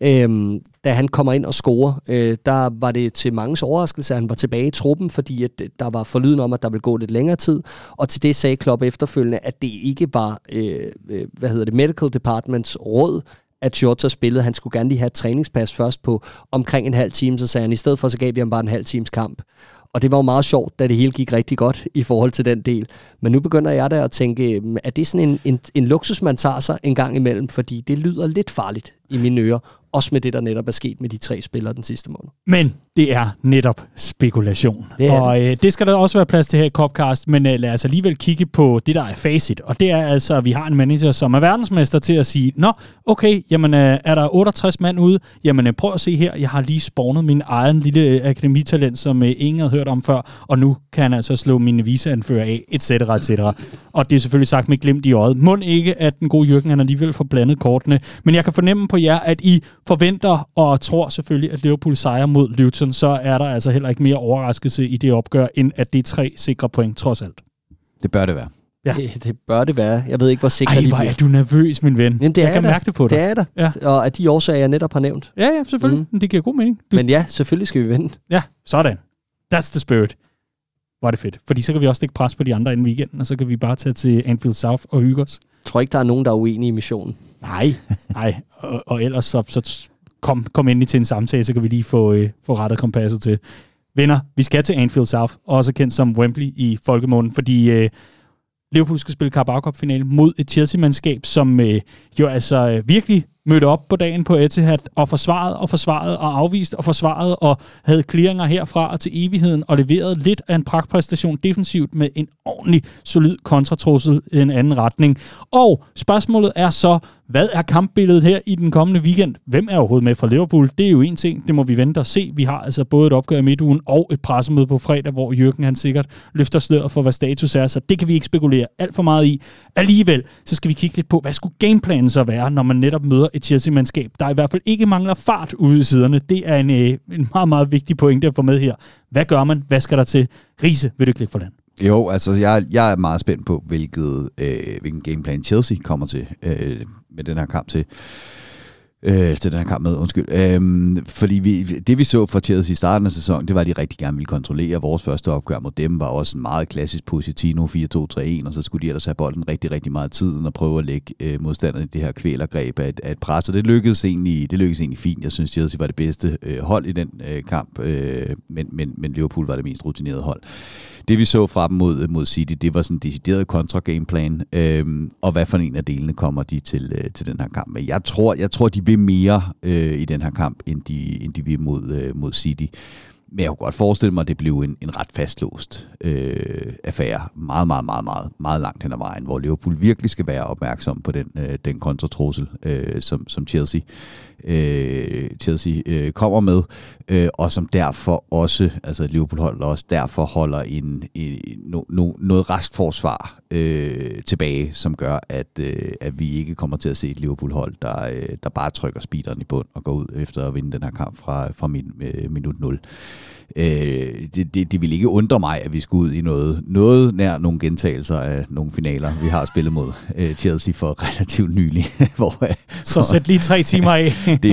Da han kommer ind og scorer, der var det til manges overraskelse, at han var tilbage i truppen, fordi at der var forlyden om, at der ville gå lidt længere tid. Og til det sagde Klopp efterfølgende, at det ikke var Medical Departments råd, at Jota spillede. Han skulle gerne lige have et træningspas først på omkring en halv time, så sagde han, i stedet for så gav vi ham bare en halv times kamp. Og det var jo meget sjovt, da det hele gik rigtig godt i forhold til den del. Men nu begynder jeg da at tænke, er det sådan en luksus, man tager sig en gang imellem? Fordi det lyder lidt farligt i mine ører. Også med det, der netop er sket med de 3 spillere den sidste måned. Men det er netop spekulation. Det det skal der også være plads til her i Copcast, men lad os alligevel kigge på det, der er facit. Og det er altså, at vi har en manager, som er verdensmester til at sige, nå, okay, jamen er der 68 mand ude? Jamen prøv at se her, jeg har lige spawnet min egen lille akademitalent, som ingen havde hørt om før, og nu kan han altså slå mine viceanfører af, etc. Og det er selvfølgelig sagt med glimt i øjet. Mon ikke, at den gode Jürgen, han alligevel får blandet kortene. Men jeg kan fornemme på jer, at I forventer og tror selvfølgelig, at Liverpool sejrer mod Luton, så er der altså heller ikke mere overraskelse i det opgør, end at det er 3 sikre point, trods alt. Det bør det være. Ja. Det bør det være. Jeg ved ikke, hvor sikker de bliver. Ej, hvor er du nervøs, min ven. Jamen, jeg kan mærke det på dig. Det er der. Ja. Og af de årsager, jeg netop har nævnt. Ja, selvfølgelig. Det giver god mening. Men ja, selvfølgelig skal vi vinde. Ja, sådan. That's the spirit. Hvor er det fedt. Fordi så kan vi også lægge pres på de andre inden weekenden, og så kan vi bare tage til Anfield South og hygge os. Jeg tror ikke, der er nogen, der er uenige i missionen. Nej. Og ellers så kom endelig til en samtale, så kan vi lige få rettet kompasset til. Venner, vi skal til Anfield South, også kendt som Wembley i folkemunden, fordi Liverpool skal spille Carabao Cup-finale mod et Chelsea-mandskab, som jo altså virkelig mødte op på dagen på Etihad og forsvaret og afvist og forsvaret og havde clearinger herfra og til evigheden og leverede lidt af en pragtpræstation defensivt med en ordentlig solid kontratrussel i en anden retning. Og spørgsmålet er så, hvad er kampbilledet her i den kommende weekend? Hvem er overhovedet med fra Liverpool? Det er jo en ting, det må vi vente og se. Vi har altså både et opgør i midtugen og et pressemøde på fredag, hvor Jürgen han sikkert løfter sløret for, hvad status er, så det kan vi ikke spekulere alt for meget i. Alligevel, så skal vi kigge lidt på, hvad skulle gameplanen så være, når man netop møder et Chelsea-mandskab, der i hvert fald ikke mangler fart ude i siderne. Det er en meget, meget vigtig pointe at få med her. Hvad gør man? Hvad skal der til? Riise, vil du ikke lægge for land? Jo, altså jeg er meget spændt på, hvilken gameplan Chelsea kommer til med den her kamp til den her kamp med, fordi det vi så fra Chelsea i starten af sæsonen, det var, at de rigtig gerne ville kontrollere. Vores første opgør mod dem var også en meget klassisk Pochettino 4-2-3-1, og så skulle de ellers have bolden rigtig, rigtig meget tid og prøve at lægge modstanderne i det her kvælergreb af et pres, og det lykkedes egentlig fint. Jeg synes, Chelsea var det bedste hold i den kamp, men Liverpool var det mest rutinerede hold. Det vi så fra dem mod City, det var sådan en decideret kontra-gameplan, og hvad for en af delene kommer de til den her kamp med. Jeg tror, de vil mere i den her kamp, end de vil mod City. Men jeg kunne godt forestille mig, at det blev en ret fastlåst affære meget, meget, meget, meget, meget langt hen ad vejen, hvor Liverpool virkelig skal være opmærksom på den kontratrussel, som Chelsea kommer med, og som derfor også, altså Liverpool-holdet også derfor holder noget restforsvar tilbage, som gør, at vi ikke kommer til at se et Liverpool-hold, der bare trykker speederen i bund og går ud efter at vinde den her kamp fra minut 0. Det vil ikke undre mig, at vi skulle ud i noget nær nogle gentagelser af nogle finaler, vi har spillet mod Chelsea for relativt nylig. Så sæt lige 3 timer af.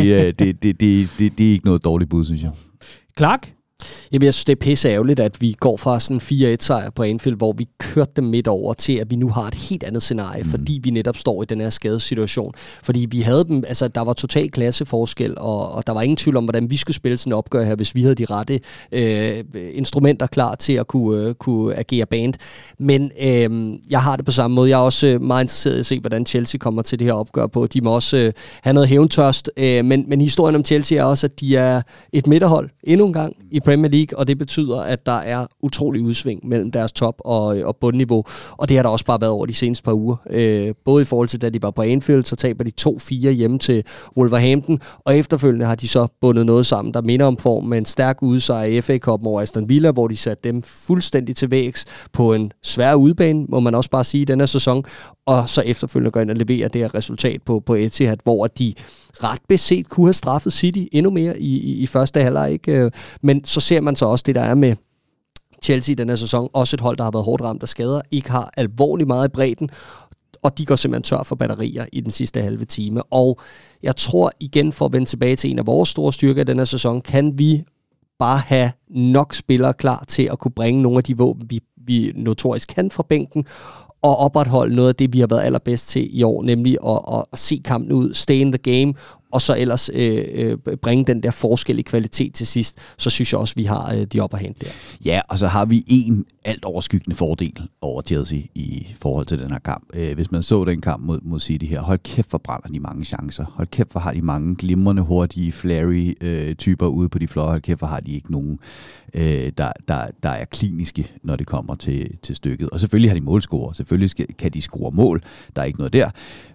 det er ikke noget dårligt bud, synes jeg. Clark? Jamen, jeg synes, det er pisse ærgerligt, at vi går fra sådan en 4-1-sejr på Anfield, hvor vi kørte dem midt over, til at vi nu har et helt andet scenarie, fordi vi netop står i den her skadesituation. Fordi vi havde dem, altså der var total klasseforskel, og der var ingen tvivl om, hvordan vi skulle spille sådan en opgør her, hvis vi havde de rette instrumenter klar til at kunne agere band. Men jeg har det på samme måde. Jeg er også meget interesseret i at se, hvordan Chelsea kommer til det her opgør på. De må også have noget hævntørst, men historien om Chelsea er også, at de er et midterhold endnu en gang i Premier League, og det betyder, at der er utrolig udsving mellem deres top- og bundniveau, og det har der også bare været over de seneste par uger. Både i forhold til, da de var på Anfield, så taber de 2-4 hjemme til Wolverhampton, og efterfølgende har de så bundet noget sammen, der minder om form med en stærk udsejr i FA Cup'en over Aston Villa, hvor de satte dem fuldstændig til vægs på en svær udebane, må man også bare sige, i denne sæson, og så efterfølgende går ind og leverer det her resultat på Etihad, hvor de ret beset kunne have straffet City endnu mere i første halvleg, ikke? Men så ser man så også det, der er med Chelsea i den her sæson. Også et hold, der har været hårdt ramt af skader, ikke har alvorligt meget i bredden, og de går simpelthen tør for batterier i den sidste halve time. Og jeg tror igen, for at vende tilbage til en af vores store styrker i den her sæson, kan vi bare have nok spillere klar til at kunne bringe nogle af de våben, vi notorisk kan fra bænken, og opretholde noget af det, vi har været allerbedst til i år, nemlig at se kampen ud, stay in the game, og så ellers bringe den der forskel i kvalitet til sidst, så synes jeg også, vi har de upper hand der. Ja, og så har vi en alt overskyggende fordel over Chelsea i forhold til den her kamp. Hvis man så den kamp mod City her, hold kæft, hvor brænder de mange chancer. Hold kæft, hvor har de mange glimrende, hurtige, flary typer ude på de fløje. Hold kæft, hvor har de ikke nogen, der er kliniske, når det kommer til stykket. Og selvfølgelig har de målscorer. Selvfølgelig kan de score mål. Der er ikke noget der.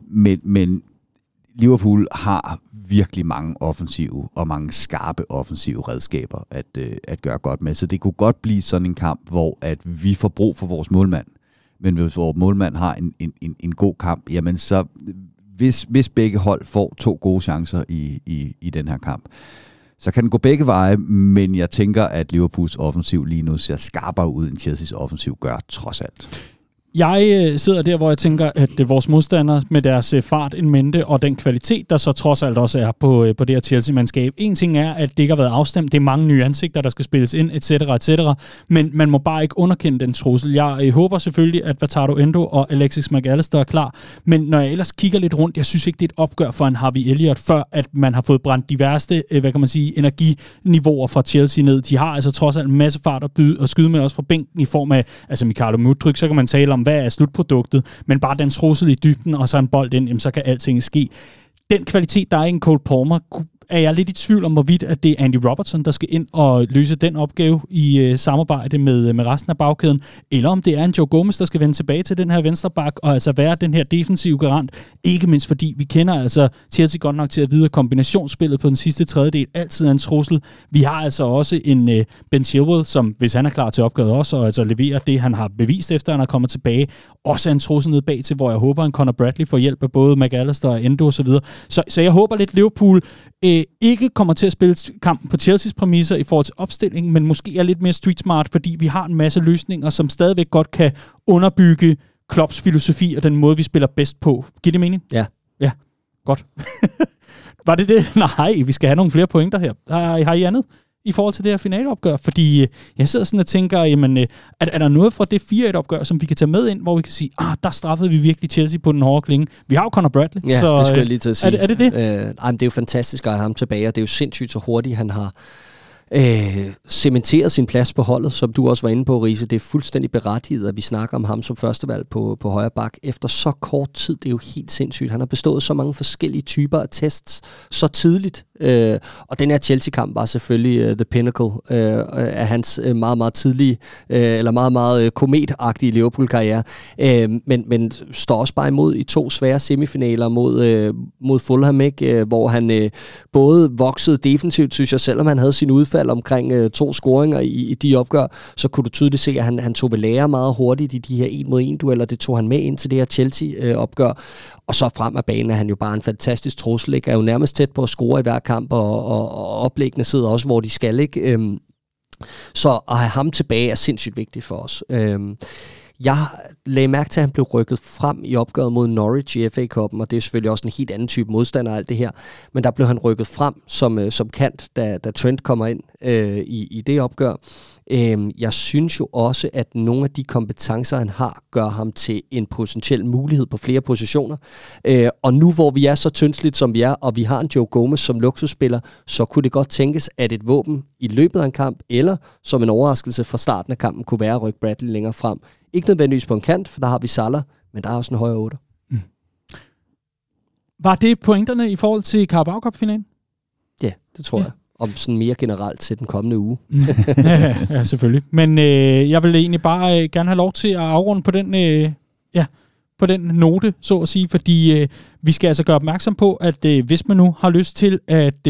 Men Liverpool har virkelig mange offensive og mange skarpe offensive redskaber at gøre godt med. Så det kunne godt blive sådan en kamp, hvor at vi får brug for vores målmand. Men hvis vores målmand har en god kamp, jamen så hvis begge hold får 2 gode chancer i den her kamp, så kan den gå begge veje, men jeg tænker, at Liverpools offensiv lige nu ser skarpere ud, end Chelseas offensiv gør, trods alt. Jeg sidder der, hvor jeg tænker, at vores modstandere med deres fart in mente, og den kvalitet, der så trods alt også er på det her Chelsea-mandskab. En ting er, at det ikke har været afstemt. Det er mange nye ansigter, der skal spilles ind, etc. Men man må bare ikke underkende den trussel. Jeg håber selvfølgelig, at Wataru Endo og Alexis McAllister er klar. Men når jeg ellers kigger lidt rundt, jeg synes ikke, det er et opgør for en Harvey Elliott, før at man har fået brændt de værste, energiniveauer fra Chelsea ned. De har altså trods alt en masse fart at skyde med også fra bænken i form af, Mykhailo Mudryk, så kan man tale om, hvad er slutproduktet, men bare den trussel i dybden, og så en bold ind, jamen, så kan alting ske. Den kvalitet, der er i en Cole Palmer, er jeg lidt i tvivl om, hvorvidt at det er Andy Robertson, der skal ind og løse den opgave i samarbejde med resten af bagkæden, eller om det er en Joe Gomez, der skal vende tilbage til den her venstreback, og altså være den her defensive garant, ikke mindst fordi vi kender altså Chelsea godt nok til at vide, at kombinationsspillet på den sidste tredjedel altid er en trussel. Vi har altså også en Ben Chilwell, som hvis han er klar til opgavet også, og altså leverer det, han har bevist efter, han er kommet tilbage, også er en trussel ned bag til, hvor jeg håber, en Conor Bradley får hjælp af både McAllister og Endo osv. Så jeg håber lidt, Liverpool ikke kommer til at spille kampen på Chelseas præmisser i forhold til opstilling, men måske er lidt mere street smart, fordi vi har en masse løsninger, som stadigvæk godt kan underbygge Klopps filosofi og den måde, vi spiller bedst på. Giver det mening? Ja. Ja, godt. Var det det? Nej, vi skal have nogle flere pointer her. Har I andet i forhold til det her finaleopgør? Fordi jeg sidder sådan og tænker, jamen, er der noget fra det 4-1-opgør, som vi kan tage med ind, hvor vi kan sige, der straffede vi virkelig Chelsea på den hårde klinge. Vi har jo Conor Bradley. Ja, så, det skulle jeg lige til at sige. Er det det? Det er jo fantastisk at have ham tilbage, og det er jo sindssygt så hurtigt, han har cementeret sin plads på holdet, som du også var inde på, Riese. Det er fuldstændig berettiget, at vi snakker om ham som førstevalg på højre bak. Efter så kort tid, det er jo helt sindssygt. Han har bestået så mange forskellige typer af tests så tidligt. Og den her Chelsea-kamp var selvfølgelig the pinnacle af hans meget, meget tidlige, eller meget, meget kometagtige Liverpool-karriere. Men står også bare imod i 2 svære semifinaler mod Fulham, ikke? Hvor han både voksede defensivt, synes jeg, selvom han havde sin udfald udfald omkring 2 scoringer i de opgør, så kunne du tydeligt se, at han tog ved lære meget hurtigt i de her 1-mod-1-dueller. Det tog han med ind til det her Chelsea-opgør. Og så frem af banen er han jo bare en fantastisk trussel, ikke? Er jo nærmest tæt på at score i hver kamp, og oplæggene sidder også, hvor de skal, ikke? Så at have ham tilbage er sindssygt vigtigt for os. Jeg lagde mærke til, at han blev rykket frem i opgøret mod Norwich i FA-cupen, og det er selvfølgelig også en helt anden type modstander alt det her, men der blev han rykket frem som kant, da Trent kommer ind i det opgør. Jeg synes jo også, at nogle af de kompetencer, han har, gør ham til en potentiel mulighed på flere positioner. Og nu, hvor vi er så tyndsligt, som vi er, og vi har en Joe Gomez som luksusspiller, så kunne det godt tænkes, at et våben i løbet af en kamp, eller som en overraskelse fra starten af kampen, kunne være at rykke Bradley længere frem. Ikke nødvendigvis på en kant, for der har vi Salah, men der er også en højere 8. Var det pointerne i forhold til Carabao Cup-finalen? Ja, det tror jeg. Om sådan mere generelt til den kommende uge. Ja, selvfølgelig. Men jeg vil egentlig bare gerne have lov til at afrunde på den, på den note, så at sige, fordi vi skal altså gøre opmærksom på, at hvis man nu har lyst til at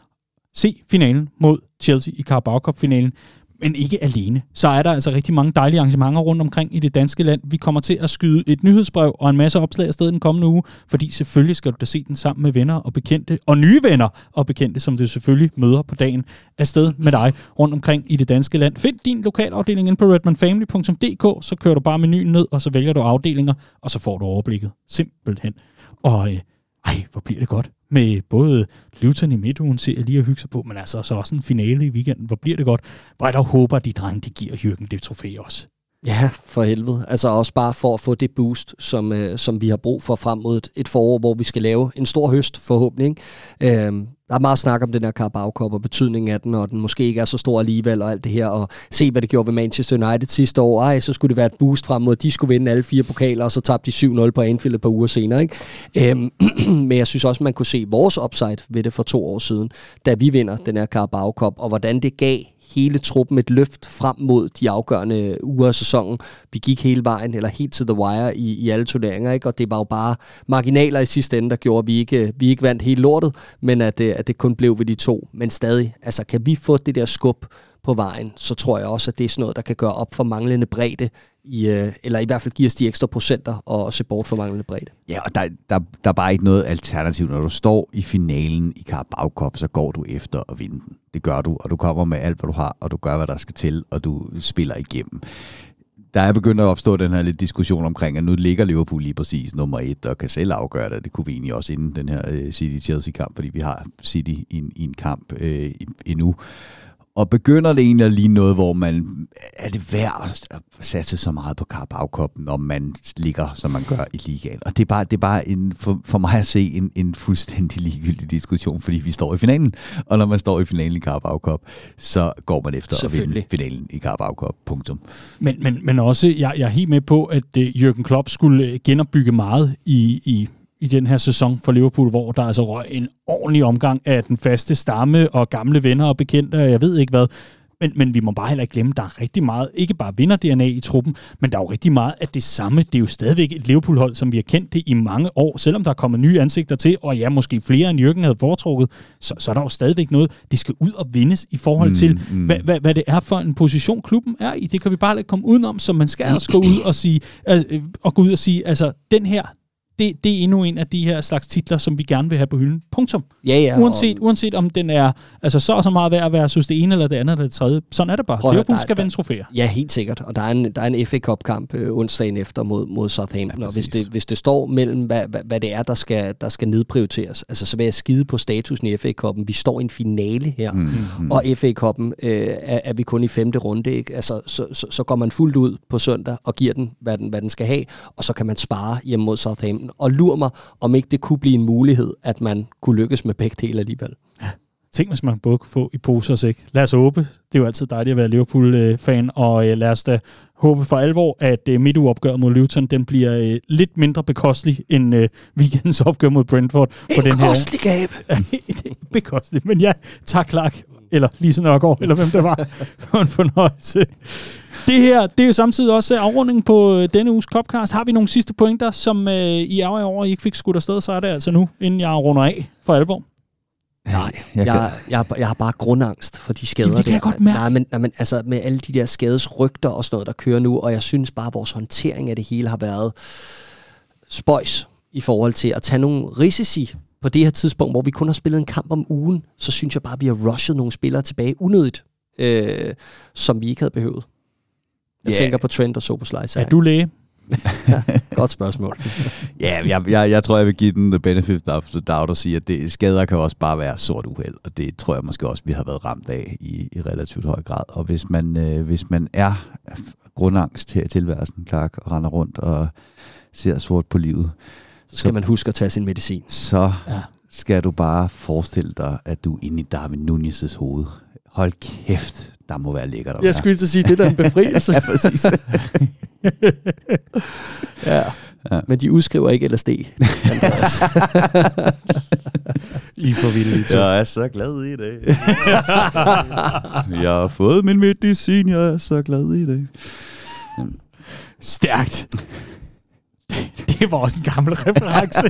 se finalen mod Chelsea i Carabao Cup-finalen, men ikke alene, så er der altså rigtig mange dejlige arrangementer rundt omkring i det danske land. Vi kommer til at skyde et nyhedsbrev og en masse opslag afsted den kommende uge, fordi selvfølgelig skal du da se den sammen med venner og bekendte, og nye venner og bekendte, som du selvfølgelig møder på dagen afsted med dig rundt omkring i det danske land. Find din lokalafdeling inde på redmanfamily.dk, så kører du bare menuen ned, og så vælger du afdelinger, og så får du overblikket. Simpelthen. Og hvor bliver det godt. Med både Luton i midtugen til at lige at hygge sig på, men altså så også en finale i weekenden. Hvor bliver det godt. Hvor jeg dog håber, at de drenge, de giver Jürgen det trofæ også. Ja, for helvede. Altså også bare for at få det boost, som vi har brug for frem mod et forår, hvor vi skal lave en stor høst forhåbentlig. Der er meget snak om den her Carabao Cup og betydningen af den, og den måske ikke er så stor alligevel og alt det her, og se hvad det gjorde ved Manchester United sidste år. Så skulle det være et boost frem mod, de skulle vinde alle 4 pokaler, og så tabte de 7-0 på Anfield et par uger senere. Ikke? Men jeg synes også, man kunne se vores upside ved det for 2 år siden, da vi vinder den her Carabao Cup, og hvordan det gav hele truppen et løft frem mod de afgørende uger af sæsonen. Vi gik hele vejen, eller helt til the wire i alle turneringer, ikke? Og det var jo bare marginaler i sidste ende, der gjorde, at vi ikke vandt hele lortet, men at det kun blev ved de 2. Men stadig, altså kan vi få det der skub på vejen, så tror jeg også, at det er sådan noget, der kan gøre op for manglende bredde, eller i hvert fald give os de ekstra procenter og se bort for manglende bredde. Ja, og der er bare ikke noget alternativ. Når du står i finalen i Carabao Cup, så går du efter at vinde den. Det gør du, og du kommer med alt, hvad du har, og du gør, hvad der skal til, og du spiller igennem. Der er begyndt at opstå den her lidt diskussion omkring, at nu ligger Liverpool lige præcis nummer 1, og kan selv afgøre det. Det kunne vi egentlig også inden den her City-Chelsea-kamp, fordi vi har City i en kamp endnu. Og begynder det egentlig at ligne noget, hvor man er det værd at satse så meget på Carabao Cup, når man ligger, som man gør i ligaen. Og det er bare for mig at se en fuldstændig ligegyldig diskussion, fordi vi står i finalen. Og når man står i finalen i Carabao Cup, så går man efter at vinde finalen i Carabao Cup. Punktum. Men også, jeg er helt med på, at Jürgen Klopp skulle genopbygge meget i den her sæson for Liverpool, hvor der altså røg en ordentlig omgang af den faste stamme og gamle venner og bekendte, og jeg ved ikke hvad. Men vi må bare heller ikke glemme, at der er rigtig meget, ikke bare vinder-DNA i truppen, men der er jo rigtig meget af det samme. Det er jo stadigvæk et Liverpool-hold, som vi har kendt det i mange år, selvom der er kommet nye ansigter til, og ja, måske flere end Jürgen havde foretrukket, så er der jo stadigvæk noget, det skal ud og vindes i forhold til, hvad det er for en position, klubben er i. Det kan vi bare ikke komme udenom, så man skal også gå ud og sige, altså den her, det er endnu en af de her slags titler, som vi gerne vil have på hylden. Punktum. Ja, uanset om den er altså så meget værd at være synes det ene eller det andet eller det tredje. Sådan er det bare. Liverpool skal vinde trofæer. Ja, helt sikkert. Og der er en FA Cup-kamp onsdagen efter mod Southampton. Ja, og hvis det står mellem, hvad det er, der skal nedprioriteres, altså så vil jeg skide på statusen i FA Cup'en. Vi står i en finale her, og FA Cup'en er vi kun i 5. runde. Ikke? Altså, så går man fuldt ud på søndag og giver den, hvad den skal have, og så kan man spare hjemme mod Southampton. Og lur mig, om ikke det kunne blive en mulighed, at man kunne lykkes med begge dele alligevel. Ja. Tænk, hvis man både kunne få i pose og sæk. Lad os håbe. Det er jo altid dejligt at være Liverpool-fan, og lad os da håbe for alvor, at midtugeopgøret mod Luton, den bliver lidt mindre bekostelig end weekendens opgør mod Brentford. En bekostelig gave! Bekostelig, men ja, tak Clark. Eller Lise Nørgaard, eller hvem det var. Det var en fornøjelse. Det her, det er jo samtidig også afrundingen på denne uges Cupcast. Har vi nogle sidste pointer, som I ærger over, I ikke fik skudt afsted, så er det altså nu, inden jeg runder af for alvor. Nej, jeg har bare grundangst for de skader. Jamen, det kan jeg godt mærke. Nej, men altså med alle de der skadesrygter og sådan noget, der kører nu, og jeg synes bare, at vores håndtering af det hele har været spøjs i forhold til at tage nogle risici på det her tidspunkt, hvor vi kun har spillet en kamp om ugen. Så synes jeg bare, at vi har rushet nogle spillere tilbage unødigt, som vi ikke havde behøvet. Jeg tænker på Trent og Szoboszlai. Er du læge? Godt spørgsmål. Jeg tror, jeg vil give den the benefit of the doubt og sige, at skader kan også bare være sort uheld, og det tror jeg måske også, vi har været ramt af i relativt høj grad. Og hvis man er grundangst til tilværelsen, Clark, og render rundt og ser sort på livet, så skal man huske at tage sin medicin. Så skal du bare forestille dig, at du er inde i Darwin Núñez' hoved. Hold kæft, der må være lækkert. Jeg skulle ikke sige, det der er en befrielse. Ja, præcis. Ja. Men de udskriver ikke LSD, Andreas. I for vildt. Jeg er så glad i dag. Jeg har fået min medicin, jeg er så glad i dag. Stærkt. Det var også en gammel reference.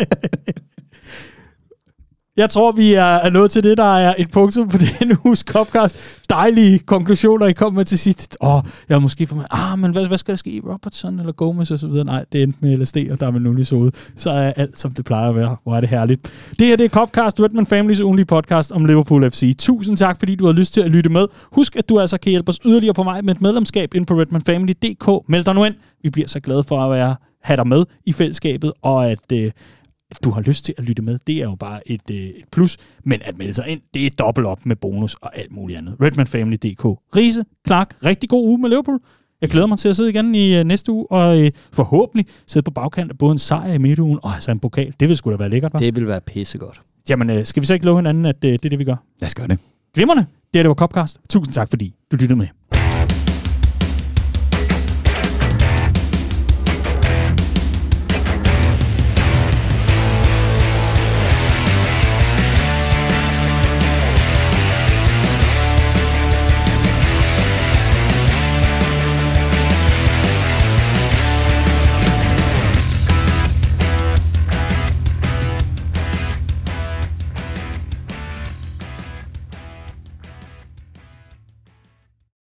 Jeg tror, vi er nået til det, der er et punktum på denne uges Copcast. Dejlige konklusioner, I kom med til sidst. Jeg har måske for mig, men hvad skal der ske? Robertson eller Gomez og så videre? Nej, det endte med LSD, og der er med Núñez hoved. Så er alt, som det plejer at være. Hvor er det herligt. Det her, det er Copcast, Redman Families ugenlige podcast om Liverpool FC. Tusind tak, fordi du har lyst til at lytte med. Husk, at du altså kan hjælpe os yderligere på vej med et medlemskab ind på redmanfamily.dk. Meld dig nu ind. Vi bliver så glade for at have dig med i fællesskabet, og at du har lyst til at lytte med, det er jo bare et plus. Men at melde sig ind, det er dobbelt op med bonus og alt muligt andet. Redmanfamily.dk. Riise, Clark, rigtig god uge med Liverpool. Jeg glæder mig til at sidde igen i næste uge, og forhåbentlig sidde på bagkant af både en sejr i midtugen, og altså en pokal. Det vil sgu da være lækkert, hva'? Det vil være pissegodt. Jamen, skal vi så ikke love hinanden, at det er det, vi gør? Lad os gøre det. Glimrende. Det var Copcast. Tusind tak, fordi du lyttede med.